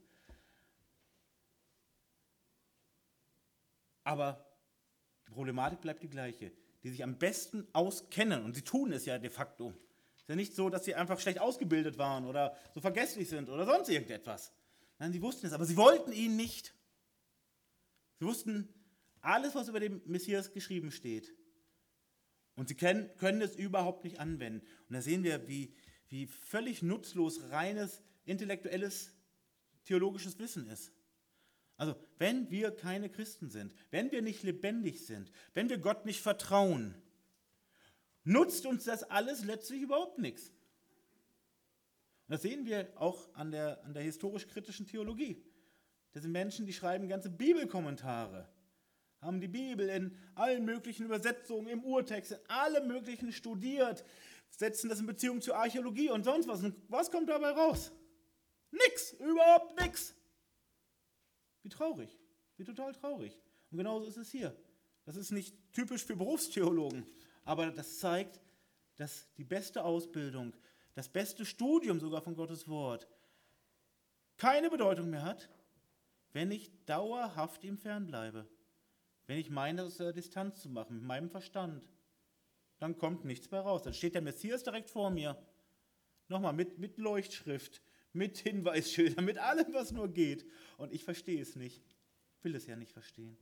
Aber die Problematik bleibt die gleiche. Die sich am besten auskennen, und sie tun es ja de facto. Es ist ja nicht so, dass sie einfach schlecht ausgebildet waren oder so vergesslich sind oder sonst irgendetwas. Nein, sie wussten es, aber sie wollten ihn nicht. Sie wussten alles, was über den Messias geschrieben steht. Und sie können es überhaupt nicht anwenden. Und da sehen wir, wie völlig nutzlos reines, intellektuelles, theologisches Wissen ist. Also, wenn wir keine Christen sind, wenn wir nicht lebendig sind, wenn wir Gott nicht vertrauen, nutzt uns das alles letztlich überhaupt nichts. Und das sehen wir auch an der historisch-kritischen Theologie. Das sind Menschen, die schreiben ganze Bibelkommentare, haben die Bibel in allen möglichen Übersetzungen, im Urtext, in allem möglichen studiert, setzen das in Beziehung zur Archäologie und sonst was. Und was kommt dabei raus? Nix, überhaupt nix. Wie traurig, wie total traurig. Und genauso ist es hier. Das ist nicht typisch für Berufstheologen, aber das zeigt, dass die beste Ausbildung, das beste Studium sogar von Gottes Wort keine Bedeutung mehr hat, wenn ich dauerhaft ihm fernbleibe. Wenn ich meine, das aus Distanz zu machen, mit meinem Verstand, dann kommt nichts mehr raus. Dann steht der Messias direkt vor mir. Nochmal, mit Leuchtschrift, mit Hinweisschildern, mit allem, was nur geht. Und ich verstehe es nicht. Will es ja nicht verstehen.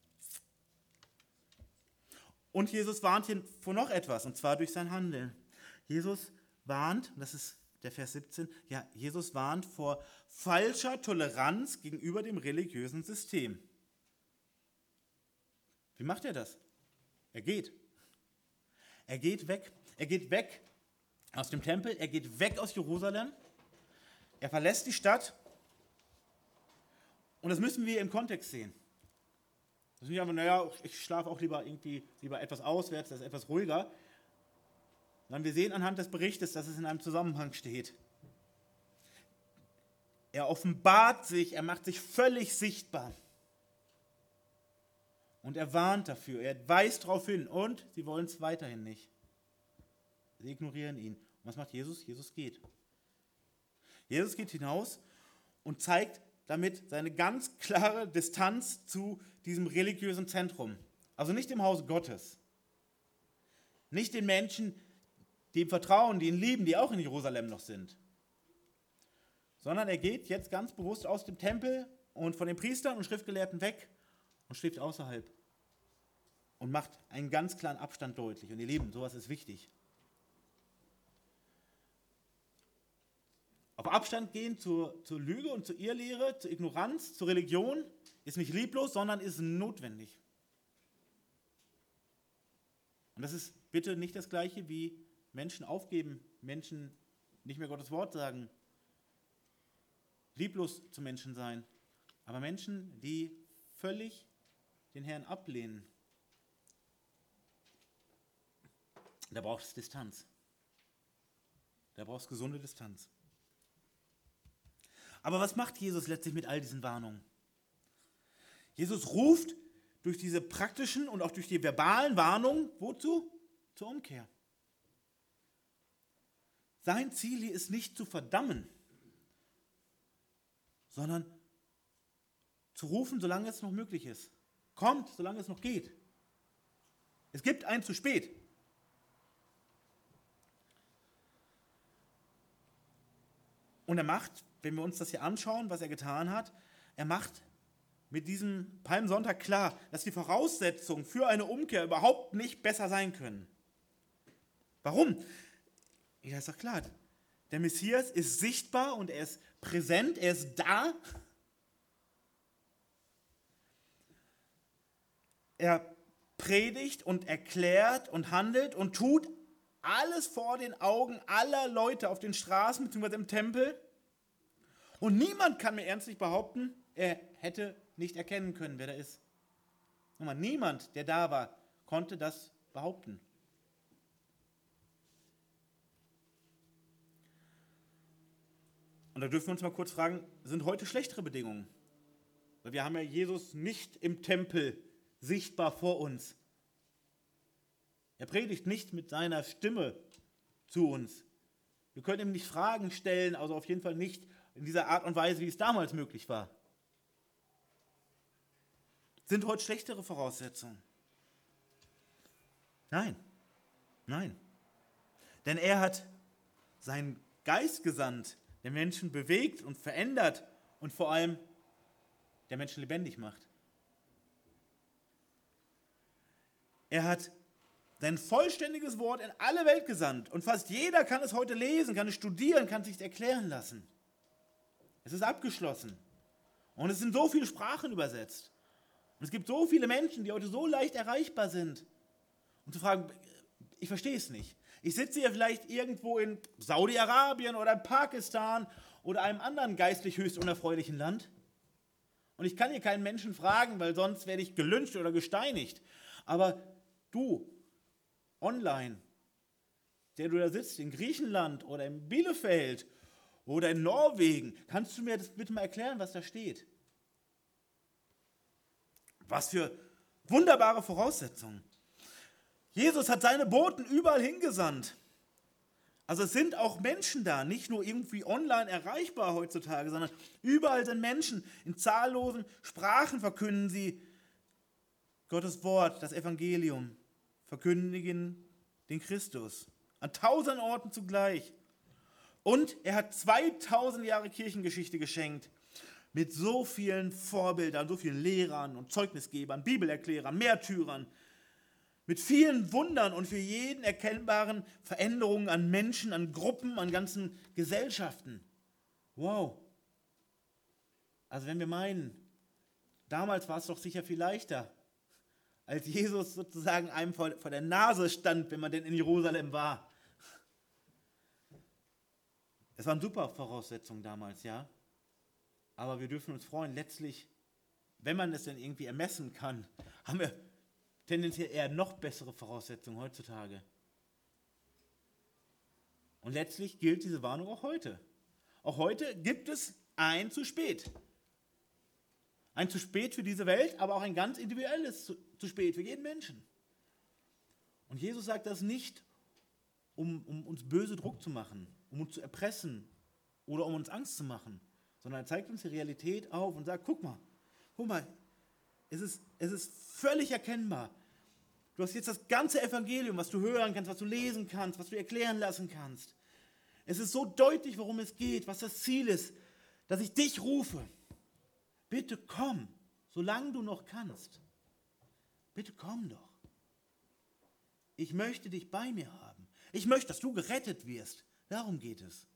Und Jesus warnt hier vor noch etwas, und zwar durch sein Handeln. Jesus warnt, das ist der Vers 17, ja, Jesus warnt vor falscher Toleranz gegenüber dem religiösen System. Wie macht er das? Er geht. Er geht weg. Er geht weg aus dem Tempel. Er geht weg aus Jerusalem. Er verlässt die Stadt. Und das müssen wir im Kontext sehen. Das ist nicht einfach, naja, ich schlafe auch lieber etwas auswärts, das ist etwas ruhiger. Sondern wir sehen anhand des Berichtes, dass es in einem Zusammenhang steht. Er offenbart sich, er macht sich völlig sichtbar. Und er warnt dafür, er weist darauf hin und sie wollen es weiterhin nicht. Sie ignorieren ihn. Und was macht Jesus? Jesus geht. Jesus geht hinaus und zeigt damit seine ganz klare Distanz zu diesem religiösen Zentrum. Also nicht dem Haus Gottes. Nicht den Menschen, die ihm vertrauen, die ihn lieben, die auch in Jerusalem noch sind. Sondern er geht jetzt ganz bewusst aus dem Tempel und von den Priestern und Schriftgelehrten weg und schläft außerhalb. Und macht einen ganz klaren Abstand deutlich. Und ihr Lieben, sowas ist wichtig. Auf Abstand gehen zur Lüge und zur Irrlehre, zur Ignoranz, zur Religion ist nicht lieblos, sondern ist notwendig. Und das ist bitte nicht das Gleiche wie Menschen aufgeben, Menschen nicht mehr Gottes Wort sagen, lieblos zu Menschen sein, aber Menschen, die völlig den Herrn ablehnen. Da braucht es Distanz. Da braucht es gesunde Distanz. Aber was macht Jesus letztlich mit all diesen Warnungen? Jesus ruft durch diese praktischen und auch durch die verbalen Warnungen, wozu? Zur Umkehr. Sein Ziel hier ist nicht zu verdammen, sondern zu rufen, solange es noch möglich ist. Kommt, solange es noch geht. Es gibt ein zu spät. Und er macht, wenn wir uns das hier anschauen, was er getan hat, er macht mit diesem Palmsonntag klar, dass die Voraussetzungen für eine Umkehr überhaupt nicht besser sein können. Warum? Ja, ist doch klar. Der Messias ist sichtbar und er ist präsent, er ist da. Er predigt und erklärt und handelt und tut alles vor den Augen aller Leute auf den Straßen bzw. im Tempel. Und niemand kann mir ernstlich behaupten, er hätte nicht erkennen können, wer da ist. Nochmal, niemand, der da war, konnte das behaupten. Und da dürfen wir uns mal kurz fragen, sind heute schlechtere Bedingungen? Weil wir haben ja Jesus nicht im Tempel sichtbar vor uns. Er predigt nicht mit seiner Stimme zu uns. Wir können ihm nicht Fragen stellen, also auf jeden Fall nicht in dieser Art und Weise, wie es damals möglich war. Sind heute schlechtere Voraussetzungen? Nein, nein. Denn er hat seinen Geist gesandt, der Menschen bewegt und verändert und vor allem der Menschen lebendig macht. Er hat sein vollständiges Wort in alle Welt gesandt und fast jeder kann es heute lesen, kann es studieren, kann es sich erklären lassen. Es ist abgeschlossen und es sind so viele Sprachen übersetzt. Und es gibt so viele Menschen, die heute so leicht erreichbar sind. Und zu fragen, ich verstehe es nicht. Ich sitze hier vielleicht irgendwo in Saudi-Arabien oder Pakistan oder einem anderen geistlich höchst unerfreulichen Land. Und ich kann hier keinen Menschen fragen, weil sonst werde ich gelyncht oder gesteinigt. Aber du, online, der du da sitzt, in Griechenland oder in Bielefeld oder in Norwegen, kannst du mir das bitte mal erklären, was da steht? Was für wunderbare Voraussetzungen. Jesus hat seine Boten überall hingesandt. Also es sind auch Menschen da, nicht nur irgendwie online erreichbar heutzutage, sondern überall sind Menschen. In zahllosen Sprachen verkünden sie Gottes Wort, das Evangelium, verkündigen den Christus. An 1000 Orten zugleich. Und er hat 2000 Jahre Kirchengeschichte geschenkt. Mit so vielen Vorbildern, so vielen Lehrern und Zeugnisgebern, Bibelerklärern, Märtyrern. Mit vielen Wundern und für jeden erkennbaren Veränderungen an Menschen, an Gruppen, an ganzen Gesellschaften. Wow. Also wenn wir meinen, damals war es doch sicher viel leichter, als Jesus sozusagen einem vor der Nase stand, wenn man denn in Jerusalem war. Es waren super Voraussetzungen damals, ja. Aber wir dürfen uns freuen, letztlich wenn man es denn irgendwie ermessen kann, haben wir tendenziell eher noch bessere Voraussetzungen heutzutage. Und letztlich gilt diese Warnung auch heute. Auch heute gibt es ein zu spät. Ein zu spät für diese Welt, aber auch ein ganz individuelles zu spät für jeden Menschen. Und Jesus sagt das nicht, um uns böse Druck zu machen, um uns zu erpressen oder um uns Angst zu machen, sondern er zeigt uns die Realität auf und sagt, guck mal, es ist völlig erkennbar. Du hast jetzt das ganze Evangelium, was du hören kannst, was du lesen kannst, was du erklären lassen kannst. Es ist so deutlich, worum es geht, was das Ziel ist, dass ich dich rufe. Bitte komm, solange du noch kannst. Bitte komm doch. Ich möchte dich bei mir haben. Ich möchte, dass du gerettet wirst. Darum geht es.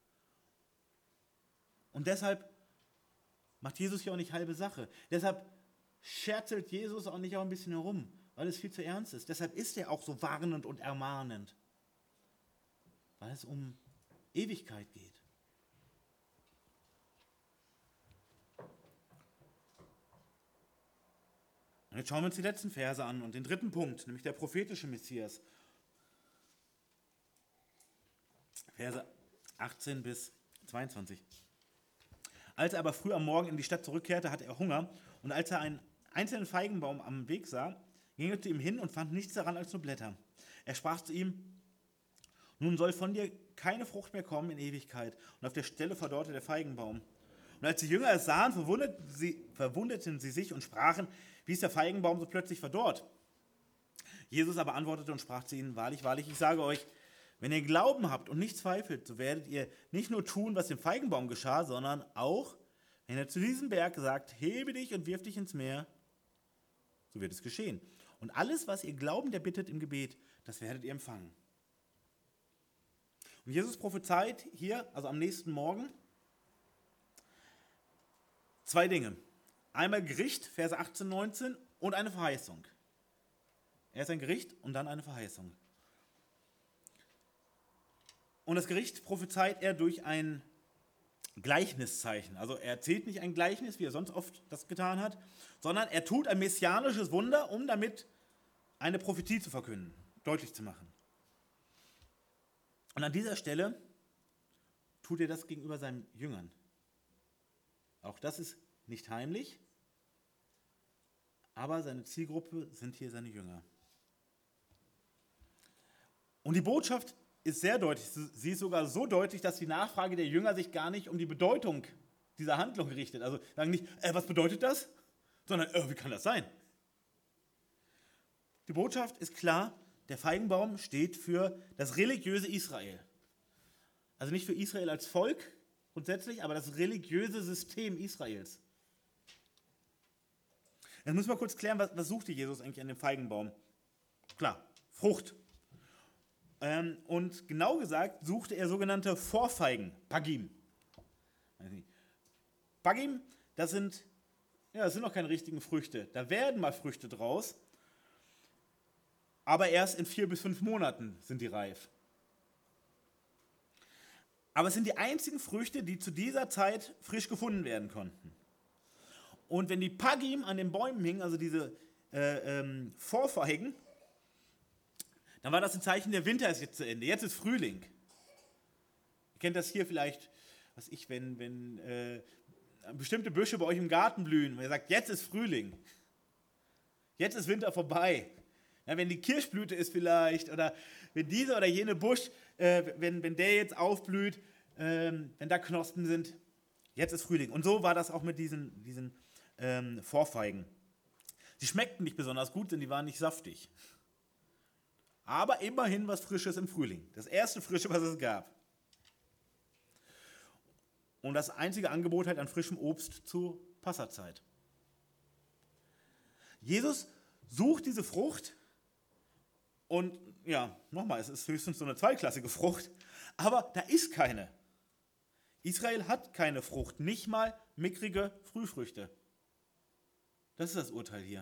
Und deshalb macht Jesus hier auch nicht halbe Sache. Deshalb scherzelt Jesus auch nicht auch ein bisschen herum, weil es viel zu ernst ist. Deshalb ist er auch so warnend und ermahnend, weil es um Ewigkeit geht. Und jetzt schauen wir uns die letzten Verse an und den dritten Punkt, nämlich der prophetische Messias. Verse 18 bis 22. Als er aber früh am Morgen in die Stadt zurückkehrte, hatte er Hunger, und als er einen einzelnen Feigenbaum am Weg sah, ging er zu ihm hin und fand nichts daran als nur Blätter. Er sprach zu ihm: Nun soll von dir keine Frucht mehr kommen in Ewigkeit. Und auf der Stelle verdorrte der Feigenbaum. Und als die Jünger es sahen, verwunderten sie sich und sprachen: Wie ist der Feigenbaum so plötzlich verdorrt? Jesus aber antwortete und sprach zu ihnen: Wahrlich, wahrlich, ich sage euch, wenn ihr Glauben habt und nicht zweifelt, so werdet ihr nicht nur tun, was dem Feigenbaum geschah, sondern auch, wenn er zu diesem Berg sagt: Hebe dich und wirf dich ins Meer, so wird es geschehen. Und alles, was ihr Glauben erbittet im Gebet, das werdet ihr empfangen. Und Jesus prophezeit hier, also am nächsten Morgen, zwei Dinge. Einmal Gericht, Verse 18, 19, und eine Verheißung. Erst ein Gericht und dann eine Verheißung. Und das Gericht prophezeit er durch ein Gleichniszeichen. Also er erzählt nicht ein Gleichnis, wie er sonst oft das getan hat, sondern er tut ein messianisches Wunder, um damit eine Prophetie zu verkünden, deutlich zu machen. Und an dieser Stelle tut er das gegenüber seinen Jüngern. Auch das ist nicht heimlich, aber seine Zielgruppe sind hier seine Jünger. Und die Botschaft ist sehr deutlich. Sie ist sogar so deutlich, dass die Nachfrage der Jünger sich gar nicht um die Bedeutung dieser Handlung richtet. Also sagen nicht, was bedeutet das? Sondern, wie kann das sein? Die Botschaft ist klar, der Feigenbaum steht für das religiöse Israel. Also nicht für Israel als Volk grundsätzlich, aber das religiöse System Israels. Jetzt müssen wir kurz klären, was suchte Jesus eigentlich an dem Feigenbaum? Klar, Frucht. Und genau gesagt suchte er sogenannte Vorfeigen, Pagim. Pagim, das sind noch keine richtigen Früchte. Da werden mal Früchte draus, aber erst in 4 bis 5 Monaten sind die reif. Aber es sind die einzigen Früchte, die zu dieser Zeit frisch gefunden werden konnten. Und wenn die Pagim an den Bäumen hingen, also diese Vorfeigen, dann war das ein Zeichen, der Winter ist jetzt zu Ende, jetzt ist Frühling. Ihr kennt das hier vielleicht, wenn bestimmte Büsche bei euch im Garten blühen und ihr sagt, jetzt ist Frühling, jetzt ist Winter vorbei. Ja, wenn die Kirschblüte ist vielleicht, oder wenn dieser oder jene Busch, wenn der jetzt aufblüht, wenn da Knospen sind, jetzt ist Frühling. Und so war das auch mit diesen Vorfeigen. Sie schmeckten nicht besonders gut, denn die waren nicht saftig. Aber immerhin was Frisches im Frühling. Das erste Frische, was es gab. Und das einzige Angebot halt an frischem Obst zur Passazeit. Jesus sucht diese Frucht und ja, nochmal, es ist höchstens so eine zweiklassige Frucht, aber da ist keine. Israel hat keine Frucht, nicht mal mickrige Frühfrüchte. Das ist das Urteil hier.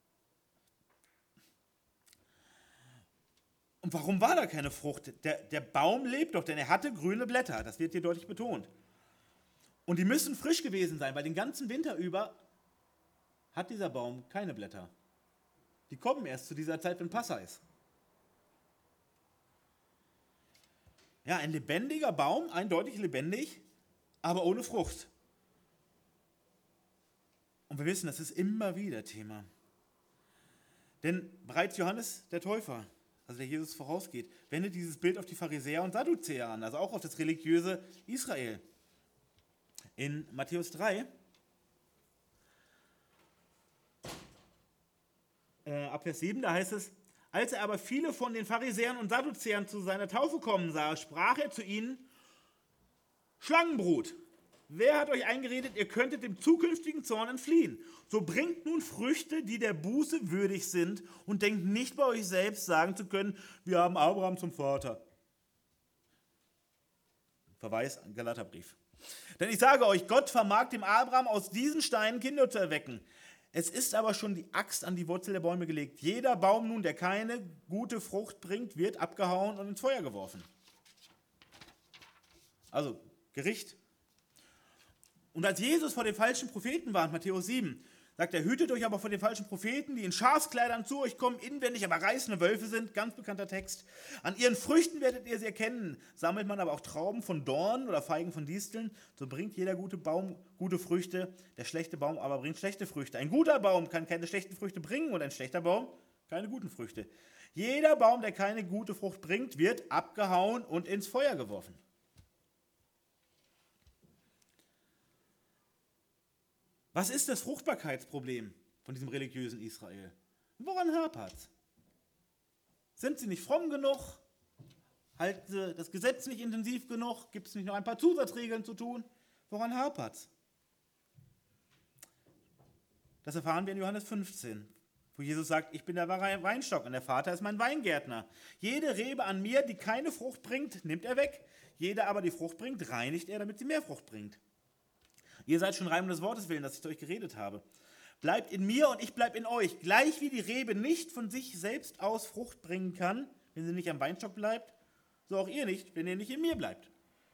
Und warum war da keine Frucht? Der Baum lebt doch, denn er hatte grüne Blätter. Das wird hier deutlich betont. Und die müssen frisch gewesen sein, weil den ganzen Winter über hat dieser Baum keine Blätter. Die kommen erst zu dieser Zeit, wenn Passa ist. Ja, ein lebendiger Baum, eindeutig lebendig, aber ohne Frucht. Und wir wissen, das ist immer wieder Thema. Denn bereits Johannes der Täufer, also der Jesus vorausgeht, wendet dieses Bild auf die Pharisäer und Sadduzäer an, also auch auf das religiöse Israel. In Matthäus 3, ab Vers 7, da heißt es: Als er aber viele von den Pharisäern und Sadduzäern zu seiner Taufe kommen sah, sprach er zu ihnen: Schlangenbrut, wer hat euch eingeredet, ihr könntet dem zukünftigen Zorn entfliehen? So bringt nun Früchte, die der Buße würdig sind, und denkt nicht bei euch selbst sagen zu können, wir haben Abraham zum Vater. Verweis an Galaterbrief. Denn ich sage euch, Gott vermag dem Abraham aus diesen Steinen Kinder zu erwecken. Es ist aber schon die Axt an die Wurzel der Bäume gelegt. Jeder Baum nun, der keine gute Frucht bringt, wird abgehauen und ins Feuer geworfen. Also Gericht. Und als Jesus vor den falschen Propheten warnt, Matthäus 7, sagt er: Hütet euch aber vor den falschen Propheten, die in Schafskleidern zu euch kommen, inwendig aber reißende Wölfe sind. Ganz bekannter Text. An ihren Früchten werdet ihr sie erkennen. Sammelt man aber auch Trauben von Dornen oder Feigen von Disteln, so bringt jeder gute Baum gute Früchte, der schlechte Baum aber bringt schlechte Früchte. Ein guter Baum kann keine schlechten Früchte bringen und ein schlechter Baum keine guten Früchte. Jeder Baum, der keine gute Frucht bringt, wird abgehauen und ins Feuer geworfen. Was ist das Fruchtbarkeitsproblem von diesem religiösen Israel? Woran hapert es? Sind sie nicht fromm genug? Halten sie das Gesetz nicht intensiv genug? Gibt es nicht noch ein paar Zusatzregeln zu tun? Woran hapert es? Das erfahren wir in Johannes 15, wo Jesus sagt: Ich bin der wahre Weinstock und der Vater ist mein Weingärtner. Jede Rebe an mir, die keine Frucht bringt, nimmt er weg. Jede aber, die Frucht bringt, reinigt er, damit sie mehr Frucht bringt. Ihr seid schon rein um des Wortes willen, dass ich zu euch geredet habe. Bleibt in mir und ich bleib in euch. Gleich wie die Rebe nicht von sich selbst aus Frucht bringen kann, wenn sie nicht am Weinstock bleibt, so auch ihr nicht, wenn ihr nicht in mir bleibt.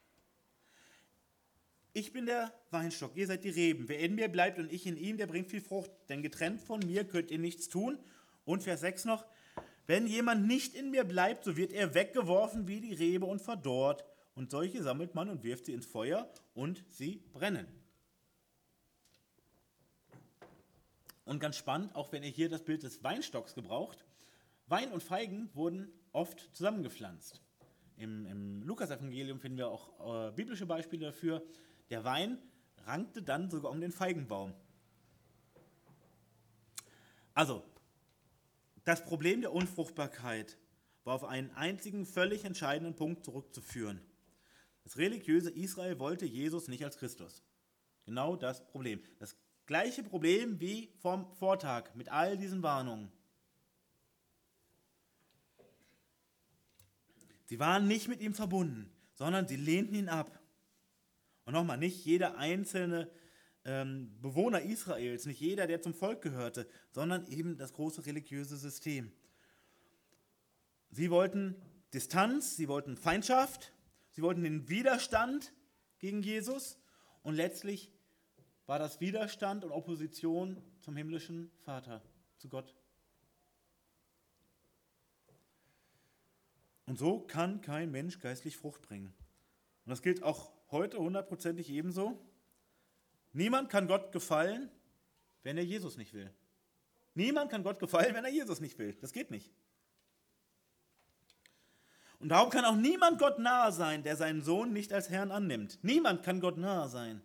Ich bin der Weinstock, ihr seid die Reben. Wer in mir bleibt und ich in ihm, der bringt viel Frucht. Denn getrennt von mir könnt ihr nichts tun. Und Vers 6 noch: Wenn jemand nicht in mir bleibt, so wird er weggeworfen wie die Rebe und verdorrt. Und solche sammelt man und wirft sie ins Feuer und sie brennen. Und ganz spannend, auch wenn ihr hier das Bild des Weinstocks gebraucht, Wein und Feigen wurden oft zusammengepflanzt. Im Lukas-Evangelium finden wir auch biblische Beispiele dafür. Der Wein rankte dann sogar um den Feigenbaum. Also, das Problem der Unfruchtbarkeit war auf einen einzigen, völlig entscheidenden Punkt zurückzuführen. Das religiöse Israel wollte Jesus nicht als Christus. Genau das Problem. Das gleiche Problem wie vom Vortag mit all diesen Warnungen. Sie waren nicht mit ihm verbunden, sondern sie lehnten ihn ab. Und nochmal, nicht jeder einzelne Bewohner Israels, nicht jeder, der zum Volk gehörte, sondern eben das große religiöse System. Sie wollten Distanz, sie wollten Feindschaft, sie wollten den Widerstand gegen Jesus und letztlich war das Widerstand und Opposition zum himmlischen Vater, zu Gott. Und so kann kein Mensch geistlich Frucht bringen. Und das gilt auch heute hundertprozentig ebenso. Niemand kann Gott gefallen, wenn er Jesus nicht will. Niemand kann Gott gefallen, wenn er Jesus nicht will. Das geht nicht. Und darum kann auch niemand Gott nahe sein, der seinen Sohn nicht als Herrn annimmt. Niemand kann Gott nahe sein.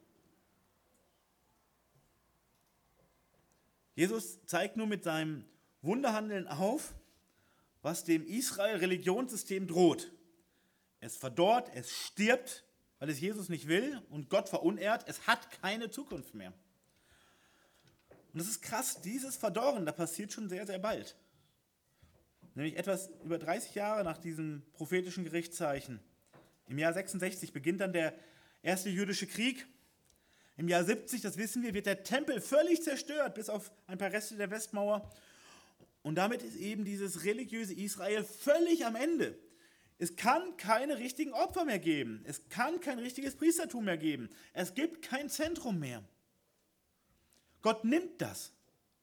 Jesus zeigt nur mit seinem Wunderhandeln auf, was dem Israel-Religionssystem droht. Es verdorrt, es stirbt, weil es Jesus nicht will und Gott verunehrt. Es hat keine Zukunft mehr. Und das ist krass, dieses Verdorren, da passiert schon sehr, sehr bald. Nämlich etwas über 30 Jahre nach diesem prophetischen Gerichtszeichen. Im Jahr 66 beginnt dann der erste jüdische Krieg. Im Jahr 70, das wissen wir, wird der Tempel völlig zerstört, bis auf ein paar Reste der Westmauer. Und damit ist eben dieses religiöse Israel völlig am Ende. Es kann keine richtigen Opfer mehr geben. Es kann kein richtiges Priestertum mehr geben. Es gibt kein Zentrum mehr. Gott nimmt das.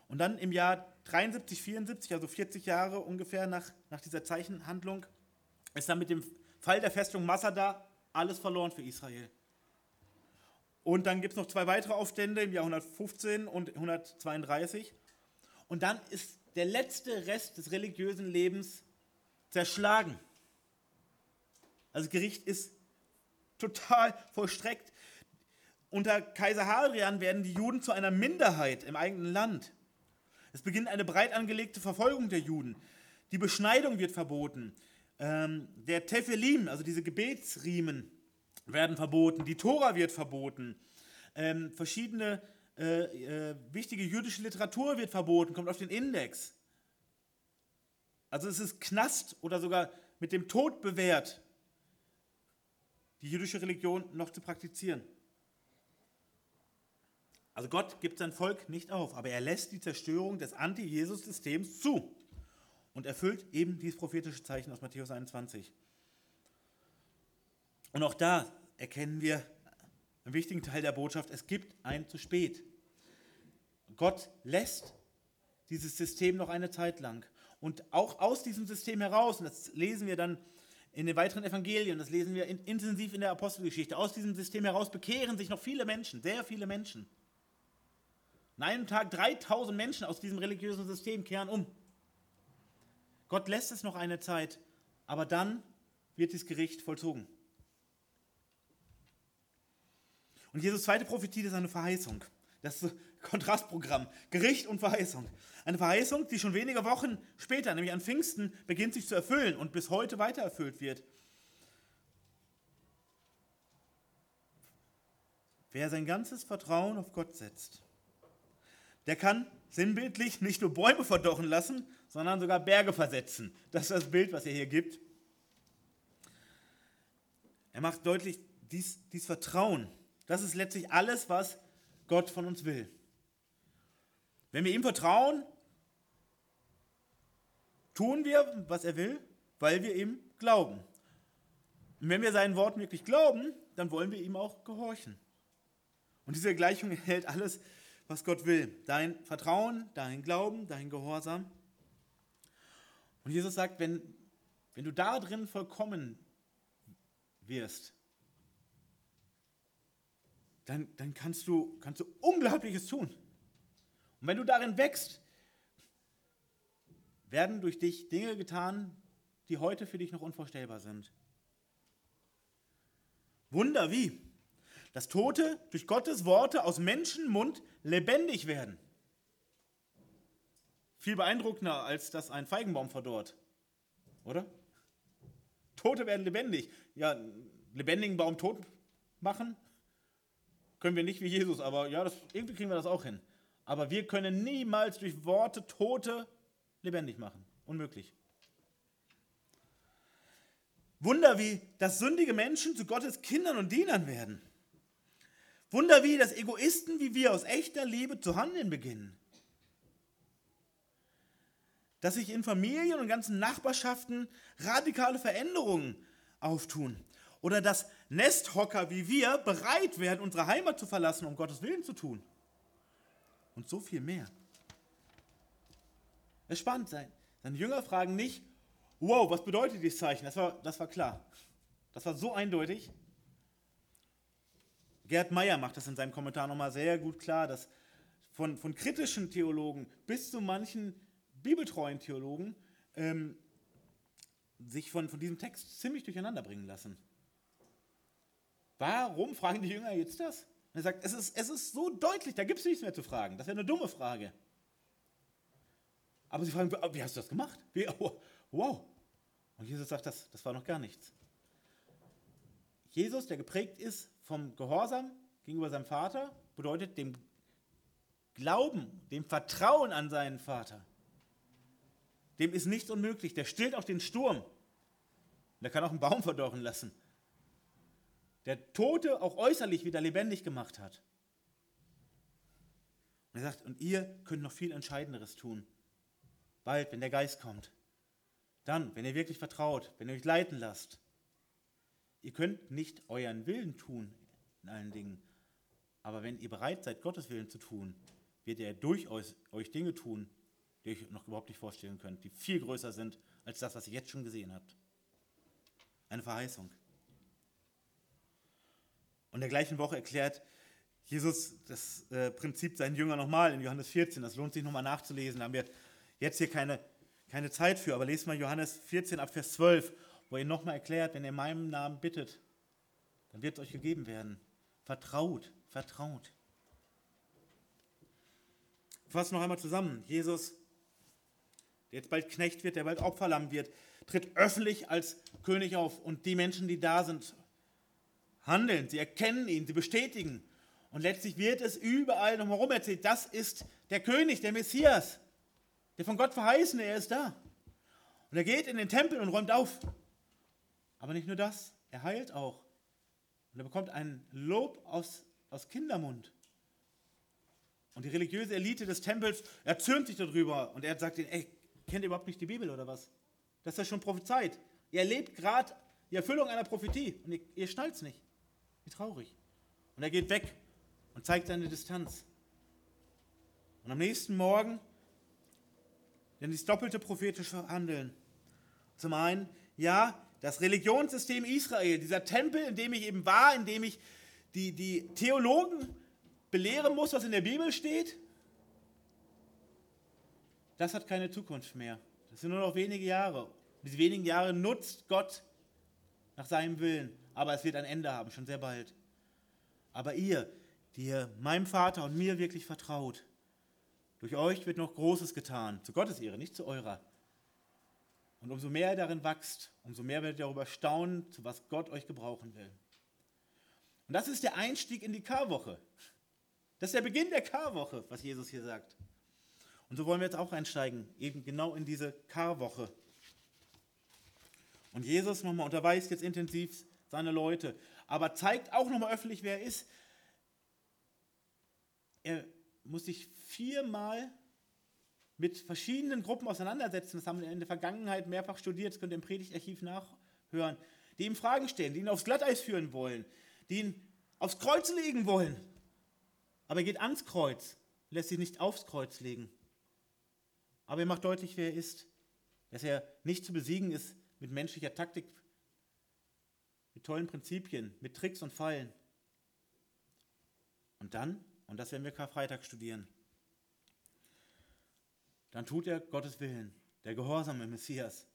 Und dann im Jahr 73, 74, also 40 Jahre ungefähr nach dieser Zeichenhandlung, ist dann mit dem Fall der Festung Masada alles verloren für Israel. Und dann gibt es noch 2 weitere Aufstände im Jahr 115 und 132. Und dann ist der letzte Rest des religiösen Lebens zerschlagen. Also Gericht ist total vollstreckt. Unter Kaiser Hadrian werden die Juden zu einer Minderheit im eigenen Land. Es beginnt eine breit angelegte Verfolgung der Juden. Die Beschneidung wird verboten. Der Tephilim, also diese Gebetsriemen, werden verboten. Die Tora wird verboten. Verschiedene wichtige jüdische Literatur wird verboten, kommt auf den Index. Also es ist Knast oder sogar mit dem Tod bewährt, die jüdische Religion noch zu praktizieren. Also Gott gibt sein Volk nicht auf, aber er lässt die Zerstörung des Anti-Jesus-Systems zu und erfüllt eben dieses prophetische Zeichen aus Matthäus 21. Und auch da erkennen wir einen wichtigen Teil der Botschaft, es gibt ein zu spät. Gott lässt dieses System noch eine Zeit lang. Und auch aus diesem System heraus, und das lesen wir dann in den weiteren Evangelien, das lesen wir intensiv in der Apostelgeschichte, aus diesem System heraus bekehren sich noch viele Menschen, sehr viele Menschen. An einem Tag 3000 Menschen aus diesem religiösen System kehren um. Gott lässt es noch eine Zeit, aber dann wird das Gericht vollzogen. Und Jesus' zweite Prophetie ist eine Verheißung. Das ist ein Kontrastprogramm. Gericht und Verheißung. Eine Verheißung, die schon wenige Wochen später, nämlich an Pfingsten, beginnt sich zu erfüllen und bis heute weiter erfüllt wird. Wer sein ganzes Vertrauen auf Gott setzt, der kann sinnbildlich nicht nur Bäume verdorren lassen, sondern sogar Berge versetzen. Das ist das Bild, was er hier gibt. Er macht deutlich, dies Vertrauen, das ist letztlich alles, was Gott von uns will. Wenn wir ihm vertrauen, tun wir, was er will, weil wir ihm glauben. Und wenn wir seinen Worten wirklich glauben, dann wollen wir ihm auch gehorchen. Und diese Gleichung enthält alles, was Gott will. Dein Vertrauen, dein Glauben, dein Gehorsam. Und Jesus sagt, wenn du da drin vollkommen wirst, dann kannst du Unglaubliches tun. Und wenn du darin wächst, werden durch dich Dinge getan, die heute für dich noch unvorstellbar sind. Wunder wie? Dass Tote durch Gottes Worte aus Menschenmund lebendig werden. Viel beeindruckender, als dass ein Feigenbaum verdorrt. Oder? Tote werden lebendig. Ja, einen lebendigen Baum tot machen können wir nicht wie Jesus, aber ja, irgendwie kriegen wir das auch hin. Aber wir können niemals durch Worte Tote lebendig machen. Unmöglich. Wunder wie, dass sündige Menschen zu Gottes Kindern und Dienern werden. Wunder wie, dass Egoisten wie wir aus echter Liebe zu handeln beginnen. Dass sich in Familien und ganzen Nachbarschaften radikale Veränderungen auftun. Oder dass Nesthocker wie wir bereit werden, unsere Heimat zu verlassen, um Gottes Willen zu tun. Und so viel mehr. Es ist spannend. Seine Jünger fragen nicht, wow, was bedeutet dieses Zeichen? Das war klar. Das war so eindeutig. Gerd Meyer macht das in seinem Kommentar nochmal sehr gut klar, dass von kritischen Theologen bis zu manchen bibeltreuen Theologen sich von diesem Text ziemlich durcheinander bringen lassen. Warum fragen die Jünger jetzt das? Und er sagt, es ist so deutlich, da gibt es nichts mehr zu fragen. Das wäre eine dumme Frage. Aber sie fragen, wie hast du das gemacht? Wow. Und Jesus sagt, das war noch gar nichts. Jesus, der geprägt ist vom Gehorsam gegenüber seinem Vater, bedeutet dem Glauben, dem Vertrauen an seinen Vater. Dem ist nichts unmöglich. Der stillt auch den Sturm. Der kann auch einen Baum verdorren lassen. Der Tote auch äußerlich wieder lebendig gemacht hat. Und er sagt, und ihr könnt noch viel Entscheidenderes tun. Bald, wenn der Geist kommt. Dann, wenn ihr wirklich vertraut, wenn ihr euch leiten lasst. Ihr könnt nicht euren Willen tun in allen Dingen. Aber wenn ihr bereit seid, Gottes Willen zu tun, wird er durch euch Dinge tun, die ihr euch noch überhaupt nicht vorstellen könnt, die viel größer sind als das, was ihr jetzt schon gesehen habt. Eine Verheißung. Und in der gleichen Woche erklärt Jesus das Prinzip seinen Jüngern nochmal in Johannes 14. Das lohnt sich nochmal nachzulesen. Da haben wir jetzt hier keine Zeit für, aber lest mal Johannes 14 ab Vers 12, wo er nochmal erklärt, wenn ihr in meinem Namen bittet, dann wird es euch gegeben werden. Vertraut, vertraut. Fassen noch einmal zusammen. Jesus, der jetzt bald Knecht wird, der bald Opferlamm wird, tritt öffentlich als König auf und die Menschen, die da sind, handeln, sie erkennen ihn, sie bestätigen. Und letztlich wird es überall noch herum erzählt, das ist der König, der Messias, der von Gott verheißene, er ist da. Und er geht in den Tempel und räumt auf. Aber nicht nur das, er heilt auch. Und er bekommt ein Lob aus Kindermund. Und die religiöse Elite des Tempels erzürnt sich darüber und er sagt ihnen, kennt ihr überhaupt nicht die Bibel oder was? Das ist ja schon prophezeit. Ihr erlebt gerade die Erfüllung einer Prophetie und ihr schnallt es nicht. Wie traurig. Und er geht weg und zeigt seine Distanz. Und am nächsten Morgen dann das doppelte prophetische Handeln. Zum einen, ja, das Religionssystem Israel, dieser Tempel, in dem ich eben war, in dem ich die Theologen belehren muss, was in der Bibel steht, das hat keine Zukunft mehr. Das sind nur noch wenige Jahre. Diese wenigen Jahre nutzt Gott nach seinem Willen, aber es wird ein Ende haben, schon sehr bald. Aber ihr, die ihr meinem Vater und mir wirklich vertraut, durch euch wird noch Großes getan, zu Gottes Ehre, nicht zu eurer. Und umso mehr ihr darin wächst, umso mehr werdet ihr darüber staunen, zu was Gott euch gebrauchen will. Und das ist der Einstieg in die Karwoche. Das ist der Beginn der Karwoche, was Jesus hier sagt. Und so wollen wir jetzt auch einsteigen, eben genau in diese Karwoche. Und Jesus nochmal unterweist jetzt intensiv seine Leute, aber zeigt auch nochmal öffentlich, wer er ist. Er muss sich 4-mal mit verschiedenen Gruppen auseinandersetzen, das haben wir in der Vergangenheit mehrfach studiert, das könnt ihr im Predigtarchiv nachhören, die ihm Fragen stellen, die ihn aufs Glatteis führen wollen, die ihn aufs Kreuz legen wollen. Aber er geht ans Kreuz, lässt sich nicht aufs Kreuz legen. Aber er macht deutlich, wer er ist, dass er nicht zu besiegen ist mit menschlicher Taktik, mit tollen Prinzipien, mit Tricks und Fallen. Und dann, und das werden wir Karfreitag studieren, dann tut er Gottes Willen, der gehorsame Messias,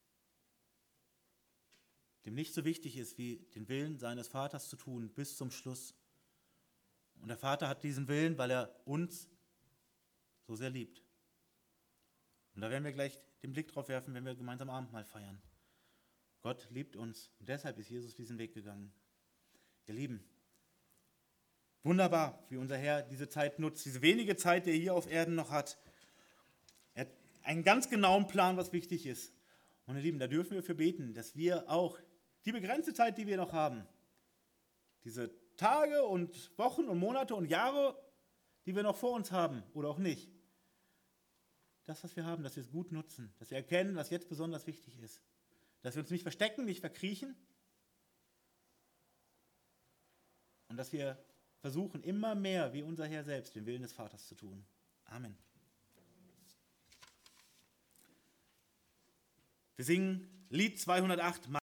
dem nicht so wichtig ist, wie den Willen seines Vaters zu tun, bis zum Schluss. Und der Vater hat diesen Willen, weil er uns so sehr liebt. Und da werden wir gleich den Blick drauf werfen, wenn wir gemeinsam Abendmahl feiern. Gott liebt uns und deshalb ist Jesus diesen Weg gegangen. Ihr Lieben, wunderbar, wie unser Herr diese Zeit nutzt, diese wenige Zeit, die er hier auf Erden noch hat. Er hat einen ganz genauen Plan, was wichtig ist. Und ihr Lieben, da dürfen wir für beten, dass wir auch die begrenzte Zeit, die wir noch haben, diese Tage und Wochen und Monate und Jahre, die wir noch vor uns haben oder auch nicht, das, was wir haben, dass wir es gut nutzen, dass wir erkennen, was jetzt besonders wichtig ist, dass wir uns nicht verstecken, nicht verkriechen und dass wir versuchen, immer mehr wie unser Herr selbst den Willen des Vaters zu tun. Amen. Wir singen Lied 208.